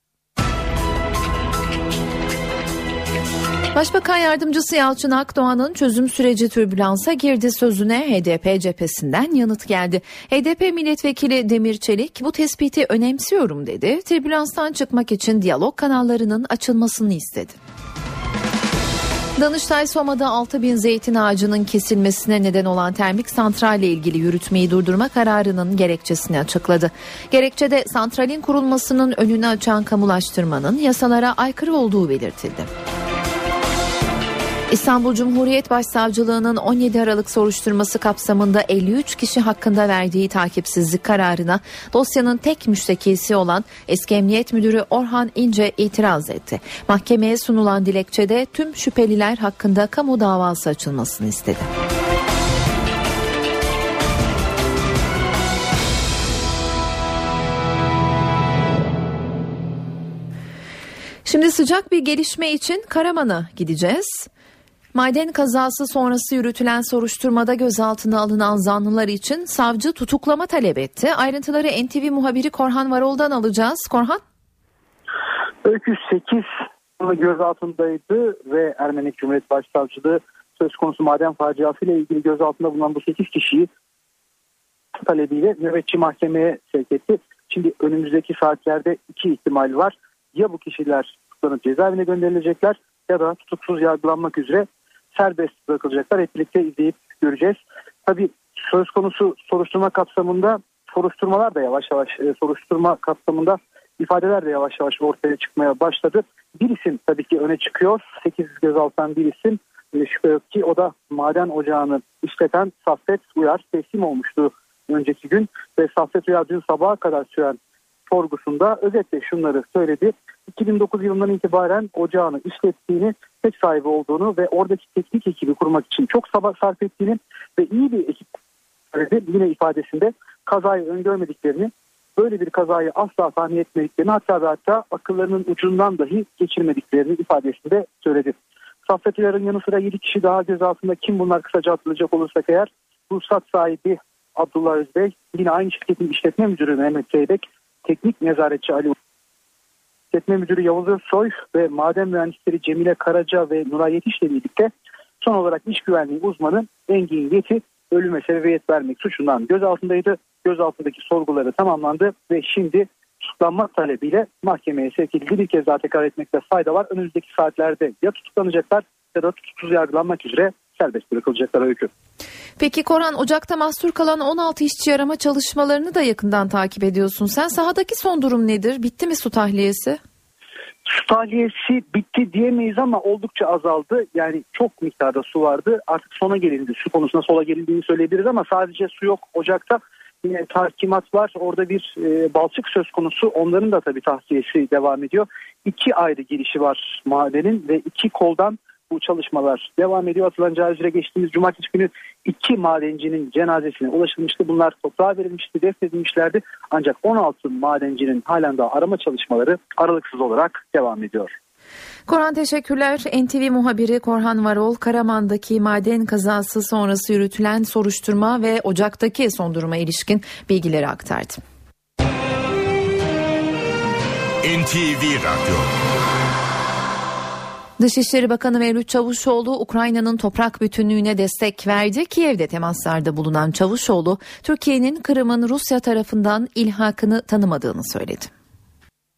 Başbakan Yardımcısı Yalçın Akdoğan'ın çözüm süreci türbülansa girdi sözüne HDP cephesinden yanıt geldi. HDP milletvekili Demir Çelik bu tespiti önemsiyorum dedi. Türbülanstan çıkmak için diyalog kanallarının açılmasını istedi. Danıştay Soma'da 6.000 zeytin ağacının kesilmesine neden olan termik santralle ilgili yürütmeyi durdurma kararının gerekçesini açıkladı. Gerekçede santralin kurulmasının önünü açan kamulaştırmanın yasalara aykırı olduğu belirtildi. İstanbul Cumhuriyet Başsavcılığı'nın 17 Aralık soruşturması kapsamında 53 kişi hakkında verdiği takipsizlik kararına dosyanın tek müştekisi olan eski Emniyet Müdürü Orhan İnce itiraz etti. Mahkemeye sunulan dilekçede tüm şüpheliler hakkında kamu davası açılmasını istedi. Şimdi sıcak bir gelişme için Karaman'a gideceğiz. Maden kazası sonrası yürütülen soruşturmada gözaltına alınan zanlılar için savcı tutuklama talep etti. Ayrıntıları NTV muhabiri Korhan Varol'dan alacağız. Korhan? Öykü 8 gözaltındaydı ve Ermenek Cumhuriyet Başsavcılığı söz konusu maden faciası ile ilgili gözaltında bulunan bu 8 kişiyi talebiyle nöbetçi mahkemeye sevk etti. Şimdi önümüzdeki saatlerde iki ihtimal var. Ya bu kişiler tutuklanıp cezaevine gönderilecekler ya da tutuksuz yargılanmak üzere serbest bırakılacaklar. Hep birlikte izleyip göreceğiz. Tabii söz konusu soruşturma kapsamında soruşturmalar da yavaş yavaş soruşturma kapsamında ifadeler de yavaş yavaş ortaya çıkmaya başladı. Bir isim tabii ki öne çıkıyor. 8 gözaltıdan bir isim. Şüphe yok ki o da maden ocağını işleten Saffet Uyar teslim olmuştu önceki gün. Ve Saffet Uyar dün sabaha kadar süren sorgusunda özetle şunları söyledi. 2009 yılından itibaren ocağını işlettiğini, tek sahibi olduğunu ve oradaki teknik ekibi kurmak için çok çaba sarf ettiğini ve iyi bir ekip söyledi. Yine ifadesinde kazayı öngörmediklerini, böyle bir kazayı asla tahmin etmediklerini, hatta ve hatta akıllarının ucundan dahi geçirmediklerini ifadesinde söyledi. Saffet Uyar'ın yanı sıra 7 kişi daha gözaltında. Kim bunlar kısaca hatırlayacak olursak eğer? Ruhsat sahibi Abdullah Özbey, yine aynı şirketin işletme müdürü Mehmet Zeybek, teknik nezaretçi Ali, işletme müdürü Yavuz Özsoy ve maden mühendisleri Cemile Karaca ve Nuray Yetiş'le birlikte son olarak iş güvenliği uzmanı Engin Yeti ölüme sebebiyet vermek suçundan gözaltındaydı. Gözaltındaki sorguları tamamlandı ve şimdi tutuklanma talebiyle mahkemeye sevk edildi. Bir kez daha tekrar etmekte fayda var. Önümüzdeki saatlerde ya tutuklanacaklar ya da tutuksuz yargılanmak üzere serbest bırakılacaklar Öykü. Peki Korhan, Ocak'ta mahsur kalan 16 işçi arama çalışmalarını da yakından takip ediyorsun. Sen sahadaki son durum nedir? Bitti mi su tahliyesi? Su tahliyesi bitti diyemeyiz ama oldukça azaldı. Yani çok miktarda su vardı. Artık sona gelindi. Su konusunda sola gelindiğini söyleyebiliriz ama sadece su yok Ocak'ta. Yine tahkimat var. Orada bir balçık söz konusu. Onların da tabii tahliyesi devam ediyor. 2 ayrı girişi var madenin ve 2 koldan bu çalışmalar devam ediyor. Atılacağı üzere geçtiğimiz cumartesi günü 2 madencinin cenazesine ulaşılmıştı. Bunlar toprağa verilmişti, defnedilmişlerdi. Ancak 16 madencinin halen daha arama çalışmaları aralıksız olarak devam ediyor. Korhan teşekkürler. NTV muhabiri Korhan Varol, Karaman'daki maden kazası sonrası yürütülen soruşturma ve Ocak'taki son duruma ilişkin bilgileri aktardı. NTV Radyo. Dışişleri Bakanı Mevlüt Çavuşoğlu Ukrayna'nın toprak bütünlüğüne destek verdi. Kiev'de temaslarda bulunan Çavuşoğlu, Türkiye'nin Kırım'ın Rusya tarafından ilhakını tanımadığını söyledi.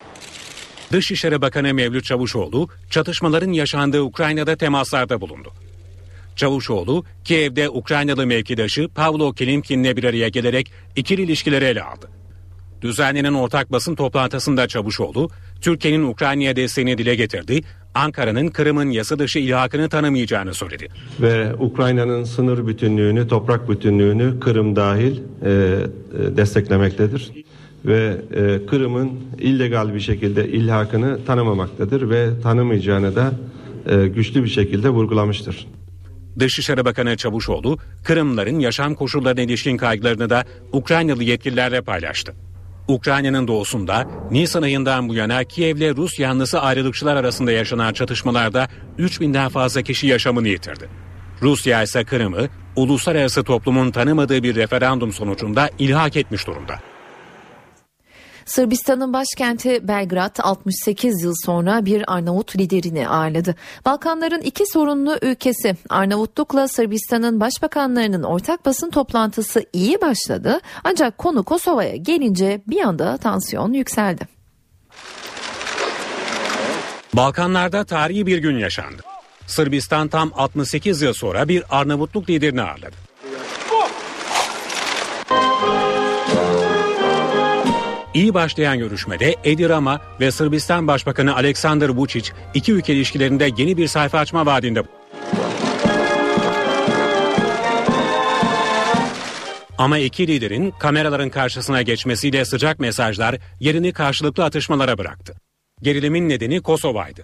Dışişleri Bakanı Mevlüt Çavuşoğlu çatışmaların yaşandığı Ukrayna'da temaslarda bulundu. Çavuşoğlu, Kiev'de Ukraynalı mevkidaşı Pavlo Kilimkin'le bir araya gelerek ikili ilişkileri ele aldı. Düzenlenen ortak basın toplantısında Çavuşoğlu, Türkiye'nin Ukrayna'ya desteğini dile getirdi, Ankara'nın Kırım'ın yasa dışı ilhakını tanımayacağını söyledi. Ve Ukrayna'nın sınır bütünlüğünü, toprak bütünlüğünü Kırım dahil desteklemektedir. Ve Kırım'ın illegal bir şekilde ilhakını tanımamaktadır ve tanımayacağını da güçlü bir şekilde vurgulamıştır. Dışişleri Bakanı Çavuşoğlu, Kırımlıların yaşam koşullarına ilişkin kaygılarını da Ukraynalı yetkililerle paylaştı. Ukrayna'nın doğusunda Nisan ayından bu yana Kiev'le Rus yanlısı ayrılıkçılar arasında yaşanan çatışmalarda 3000'den fazla kişi yaşamını yitirdi. Rusya ise Kırım'ı uluslararası toplumun tanımadığı bir referandum sonucunda ilhak etmiş durumda. Sırbistan'ın başkenti Belgrad 68 yıl sonra bir Arnavut liderini ağırladı. Balkanların iki sorunlu ülkesi Arnavutluk'la Sırbistan'ın başbakanlarının ortak basın toplantısı iyi başladı. Ancak konu Kosova'ya gelince bir anda tansiyon yükseldi. Balkanlarda tarihi bir gün yaşandı. Sırbistan tam 68 yıl sonra bir Arnavutluk liderini ağırladı. İyi başlayan görüşmede Edi Rama ve Sırbistan Başbakanı Aleksandar Vučić iki ülke ilişkilerinde yeni bir sayfa açma vaadinde. Ama iki liderin kameraların karşısına geçmesiyle sıcak mesajlar yerini karşılıklı atışmalara bıraktı. Gerilimin nedeni Kosova'ydı.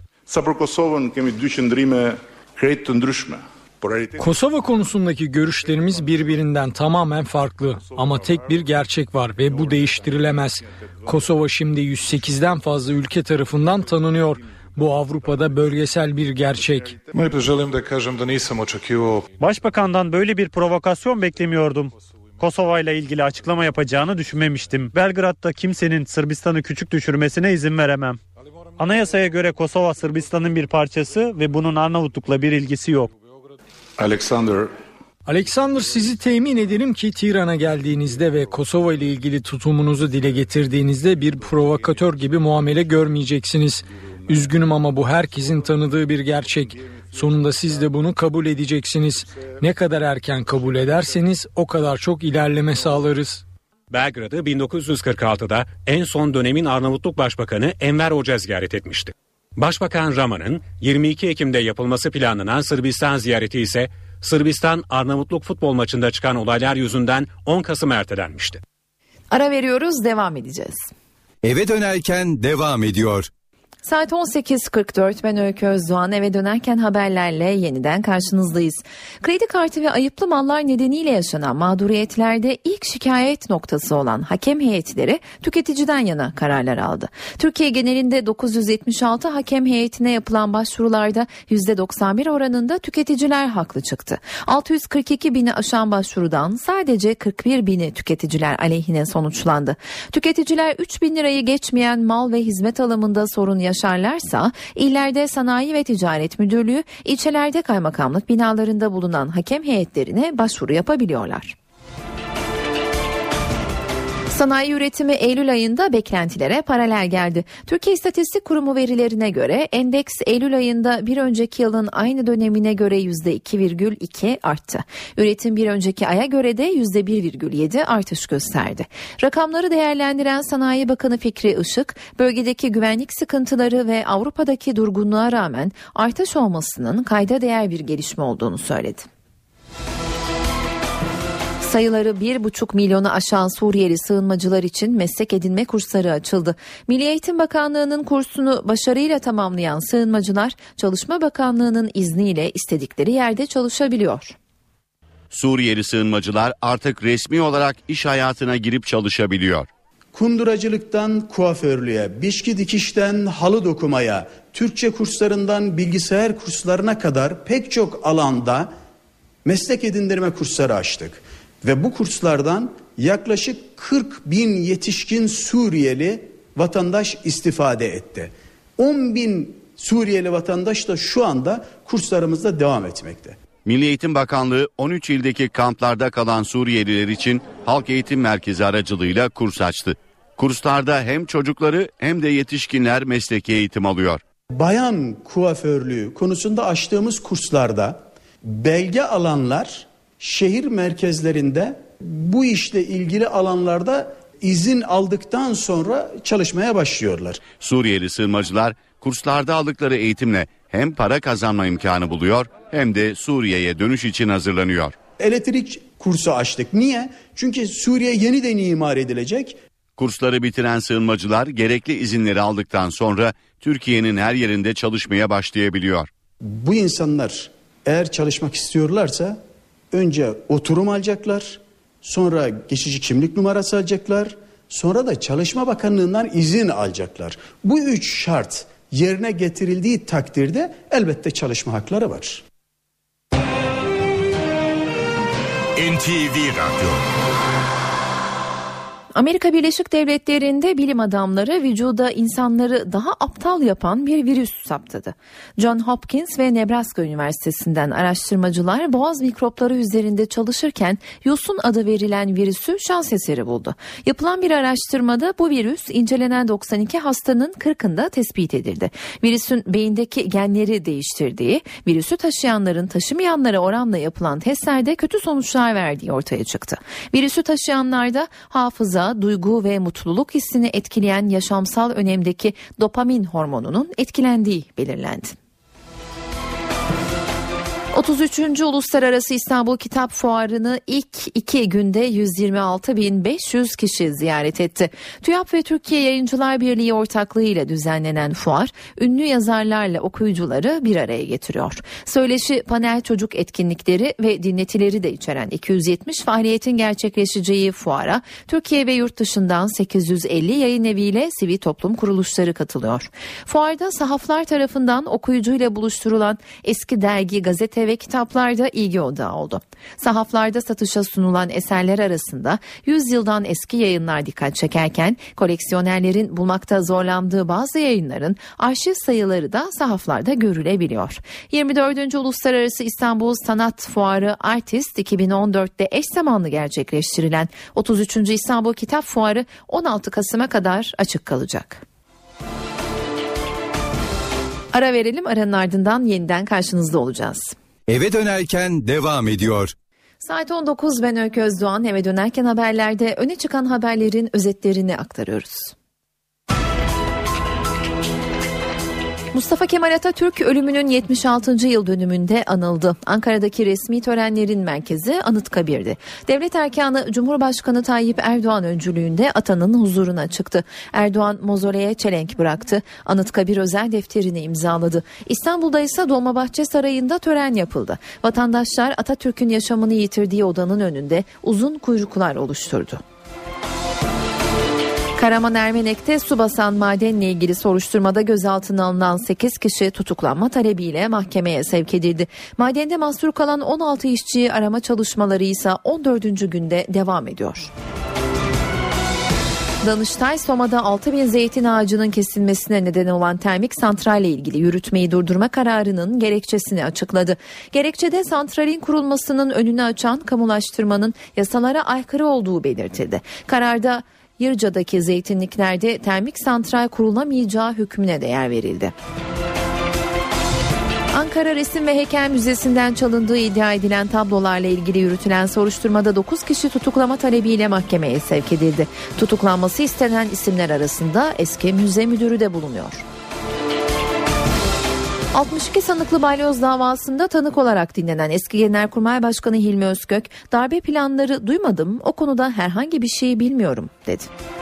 Kosova konusundaki görüşlerimiz birbirinden tamamen farklı ama tek bir gerçek var ve bu değiştirilemez. Kosova şimdi 108'den fazla ülke tarafından tanınıyor. Bu Avrupa'da bölgesel bir gerçek. Başbakandan böyle bir provokasyon beklemiyordum. Kosova ile ilgili açıklama yapacağını düşünmemiştim. Belgrad'da kimsenin Sırbistan'ı küçük düşürmesine izin veremem. Anayasaya göre Kosova Sırbistan'ın bir parçası ve bunun Arnavutluk'la bir ilgisi yok. Alexander, sizi temin ederim ki Tiran'a geldiğinizde ve Kosova ile ilgili tutumunuzu dile getirdiğinizde bir provokatör gibi muamele görmeyeceksiniz. Üzgünüm ama bu herkesin tanıdığı bir gerçek. Sonunda siz de bunu kabul edeceksiniz. Ne kadar erken kabul ederseniz o kadar çok ilerleme sağlarız. Belgrad'ı 1946'da en son dönemin Arnavutluk Başbakanı Enver Hoca ziyaret etmişti. Başbakan Rama'nın 22 Ekim'de yapılması planlanan Sırbistan ziyareti ise Sırbistan-Arnavutluk futbol maçında çıkan olaylar yüzünden 10 Kasım'a ertelenmişti. Ara veriyoruz, devam edeceğiz. Eve dönerken devam ediyor. Saat 18.44, ben Öykü Özdoğan. Eve dönerken haberlerle yeniden karşınızdayız. Kredi kartı ve ayıplı mallar nedeniyle yaşanan mağduriyetlerde ilk şikayet noktası olan hakem heyetleri tüketiciden yana kararlar aldı. Türkiye genelinde 976 hakem heyetine yapılan başvurularda %91 oranında tüketiciler haklı çıktı. 642 bini aşan başvurudan sadece 41 bini tüketiciler aleyhine sonuçlandı. Tüketiciler 3 bin lirayı geçmeyen mal ve hizmet alımında sorun yaşarlarsa illerde Sanayi ve Ticaret Müdürlüğü, ilçelerde kaymakamlık binalarında bulunan hakem heyetlerine başvuru yapabiliyorlar. Sanayi üretimi Eylül ayında beklentilere paralel geldi. Türkiye İstatistik Kurumu verilerine göre endeks Eylül ayında bir önceki yılın aynı dönemine göre %2,2 arttı. Üretim bir önceki aya göre de %1,7 artış gösterdi. Rakamları değerlendiren Sanayi Bakanı Fikri Işık, bölgedeki güvenlik sıkıntıları ve Avrupa'daki durgunluğa rağmen artış olmasının kayda değer bir gelişme olduğunu söyledi. Sayıları 1,5 milyonu aşan Suriyeli sığınmacılar için meslek edinme kursları açıldı. Milli Eğitim Bakanlığı'nın kursunu başarıyla tamamlayan sığınmacılar, Çalışma Bakanlığı'nın izniyle istedikleri yerde çalışabiliyor. Suriyeli sığınmacılar artık resmi olarak iş hayatına girip çalışabiliyor. Kunduracılıktan kuaförlüğe, biçki dikişten halı dokumaya, Türkçe kurslarından bilgisayar kurslarına kadar pek çok alanda meslek edindirme kursları açtık. Ve bu kurslardan yaklaşık 40 bin yetişkin Suriyeli vatandaş istifade etti. 10 bin Suriyeli vatandaş da şu anda kurslarımızda devam etmekte. Milli Eğitim Bakanlığı 13 ildeki kamplarda kalan Suriyeliler için Halk Eğitim Merkezi aracılığıyla kurs açtı. Kurslarda hem çocukları hem de yetişkinler mesleki eğitim alıyor. Bayan kuaförlüğü konusunda açtığımız kurslarda belge alanlar şehir merkezlerinde bu işle ilgili alanlarda izin aldıktan sonra çalışmaya başlıyorlar. Suriyeli sığınmacılar kurslarda aldıkları eğitimle hem para kazanma imkanı buluyor hem de Suriye'ye dönüş için hazırlanıyor. Elektrik kursu açtık. Niye? Çünkü Suriye yeniden imar edilecek. Kursları bitiren sığınmacılar gerekli izinleri aldıktan sonra Türkiye'nin her yerinde çalışmaya başlayabiliyor. Bu insanlar eğer çalışmak istiyorlarsa önce oturum alacaklar, sonra geçici kimlik numarası alacaklar, sonra da Çalışma Bakanlığı'ndan izin alacaklar. Bu 3 şart yerine getirildiği takdirde elbette çalışma hakları var. NTV Radyo. Amerika Birleşik Devletleri'nde bilim adamları vücuda insanları daha aptal yapan bir virüs saptadı. John Hopkins ve Nebraska Üniversitesi'nden araştırmacılar boğaz mikropları üzerinde çalışırken yosun adı verilen virüsü şans eseri buldu. Yapılan bir araştırmada bu virüs incelenen 92 hastanın 40'ında tespit edildi. Virüsün beyindeki genleri değiştirdiği, virüsü taşıyanların taşımayanlara oranla yapılan testlerde kötü sonuçlar verdiği ortaya çıktı. Virüsü taşıyanlarda hafıza, duygu ve mutluluk hissini etkileyen yaşamsal önemdeki dopamin hormonunun etkilendiği belirlendi. 33. Uluslararası İstanbul Kitap Fuarı'nı ilk 2 günde 126.500 kişi ziyaret etti. TÜYAP ve Türkiye Yayıncılar Birliği ortaklığıyla düzenlenen fuar, ünlü yazarlarla okuyucuları bir araya getiriyor. Söyleşi, panel, çocuk etkinlikleri ve dinletileri de içeren 270 faaliyetin gerçekleşeceği fuara, Türkiye ve yurt dışından 850 yayın eviyle sivil toplum kuruluşları katılıyor. Fuarda sahaflar tarafından okuyucuyla buluşturulan eski dergi, gazete ve kitaplarda ilgi odağı oldu. Sahaflarda satışa sunulan eserler arasında 100 yıldan eski yayınlar dikkat çekerken koleksiyonerlerin bulmakta zorlandığı bazı yayınların arşiv sayıları da sahaflarda görülebiliyor. 24. Uluslararası İstanbul Sanat Fuarı Artist 2014'te eş zamanlı gerçekleştirilen 33. İstanbul Kitap Fuarı 16 Kasım'a kadar açık kalacak. Ara verelim, aranın ardından yeniden karşınızda olacağız. Eve dönerken devam ediyor. Saat 19, ben Öykü Özdoğan. Eve dönerken haberlerde öne çıkan haberlerin özetlerini aktarıyoruz. Mustafa Kemal Atatürk ölümünün 76. yıl dönümünde anıldı. Ankara'daki resmi törenlerin merkezi Anıtkabir'di. Devlet erkanı Cumhurbaşkanı Tayyip Erdoğan öncülüğünde atanın huzuruna çıktı. Erdoğan mozoleye çelenk bıraktı. Anıtkabir özel defterini imzaladı. İstanbul'da ise Dolmabahçe Sarayı'nda tören yapıldı. Vatandaşlar Atatürk'ün yaşamını yitirdiği odanın önünde uzun kuyruklar oluşturdu. Karaman Ermenek'te su basan madenle ilgili soruşturmada gözaltına alınan 8 kişi tutuklanma talebiyle mahkemeye sevk edildi. Madende mahsur kalan 16 işçiyi arama çalışmaları ise 14. günde devam ediyor. Danıştay, Soma'da 6.000 zeytin ağacının kesilmesine neden olan termik santralle ilgili yürütmeyi durdurma kararının gerekçesini açıkladı. Gerekçede santralin kurulmasının önünü açan kamulaştırmanın yasalara aykırı olduğu belirtildi. Kararda Yırca'daki zeytinliklerde termik santral kurulamayacağı hükmüne de yer verildi. Ankara Resim ve Heykel Müzesi'nden çalındığı iddia edilen tablolarla ilgili yürütülen soruşturmada 9 kişi tutuklama talebiyle mahkemeye sevk edildi. Tutuklanması istenen isimler arasında eski müze müdürü de bulunuyor. 62 sanıklı balyoz davasında tanık olarak dinlenen eski Genelkurmay Başkanı Hilmi Özkök, darbe planları duymadım, o konuda herhangi bir şey bilmiyorum dedi.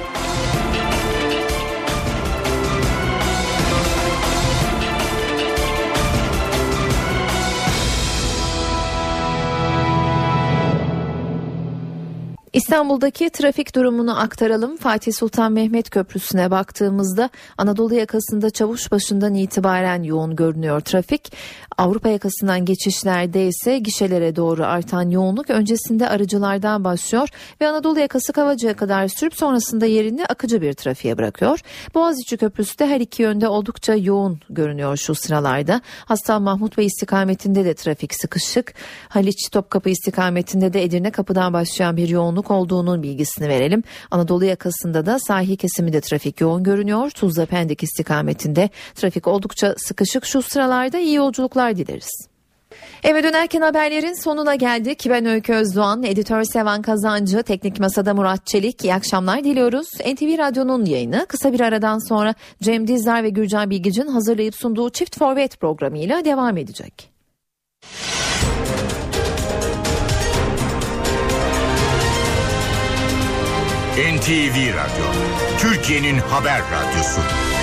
İstanbul'daki trafik durumunu aktaralım. Fatih Sultan Mehmet Köprüsü'ne baktığımızda Anadolu yakasında Çavuşbaşı'ndan itibaren yoğun görünüyor trafik. Avrupa yakasından geçişlerde ise gişelere doğru artan yoğunluk öncesinde arıcılardan başlıyor ve Anadolu yakası Kavacık'a kadar sürüp sonrasında yerini akıcı bir trafiğe bırakıyor. Boğaziçi Köprüsü de her iki yönde oldukça yoğun görünüyor şu sıralarda. Hasan Mahmut Bey istikametinde de trafik sıkışık. Haliç Topkapı istikametinde de Edirne Kapı'dan başlayan bir yoğunluk olduğunun bilgisini verelim. Anadolu yakasında da sahil kesiminde trafik yoğun görünüyor. Tuzla Pendik istikametinde trafik oldukça sıkışık şu sıralarda. İyi yolculuklar dileriz. Eve dönerken haberlerin sonuna geldik. Ben Öykü Özdoğan, editör Sevan Kazancı, teknik masada Murat Çelik. İyi akşamlar diliyoruz. NTV Radyo'nun yayını kısa bir aradan sonra Cem Dizdar ve Gürcan Bilgic'in hazırlayıp sunduğu Çift Forvet programıyla devam edecek. NTV Radyo, Türkiye'nin haber radyosu.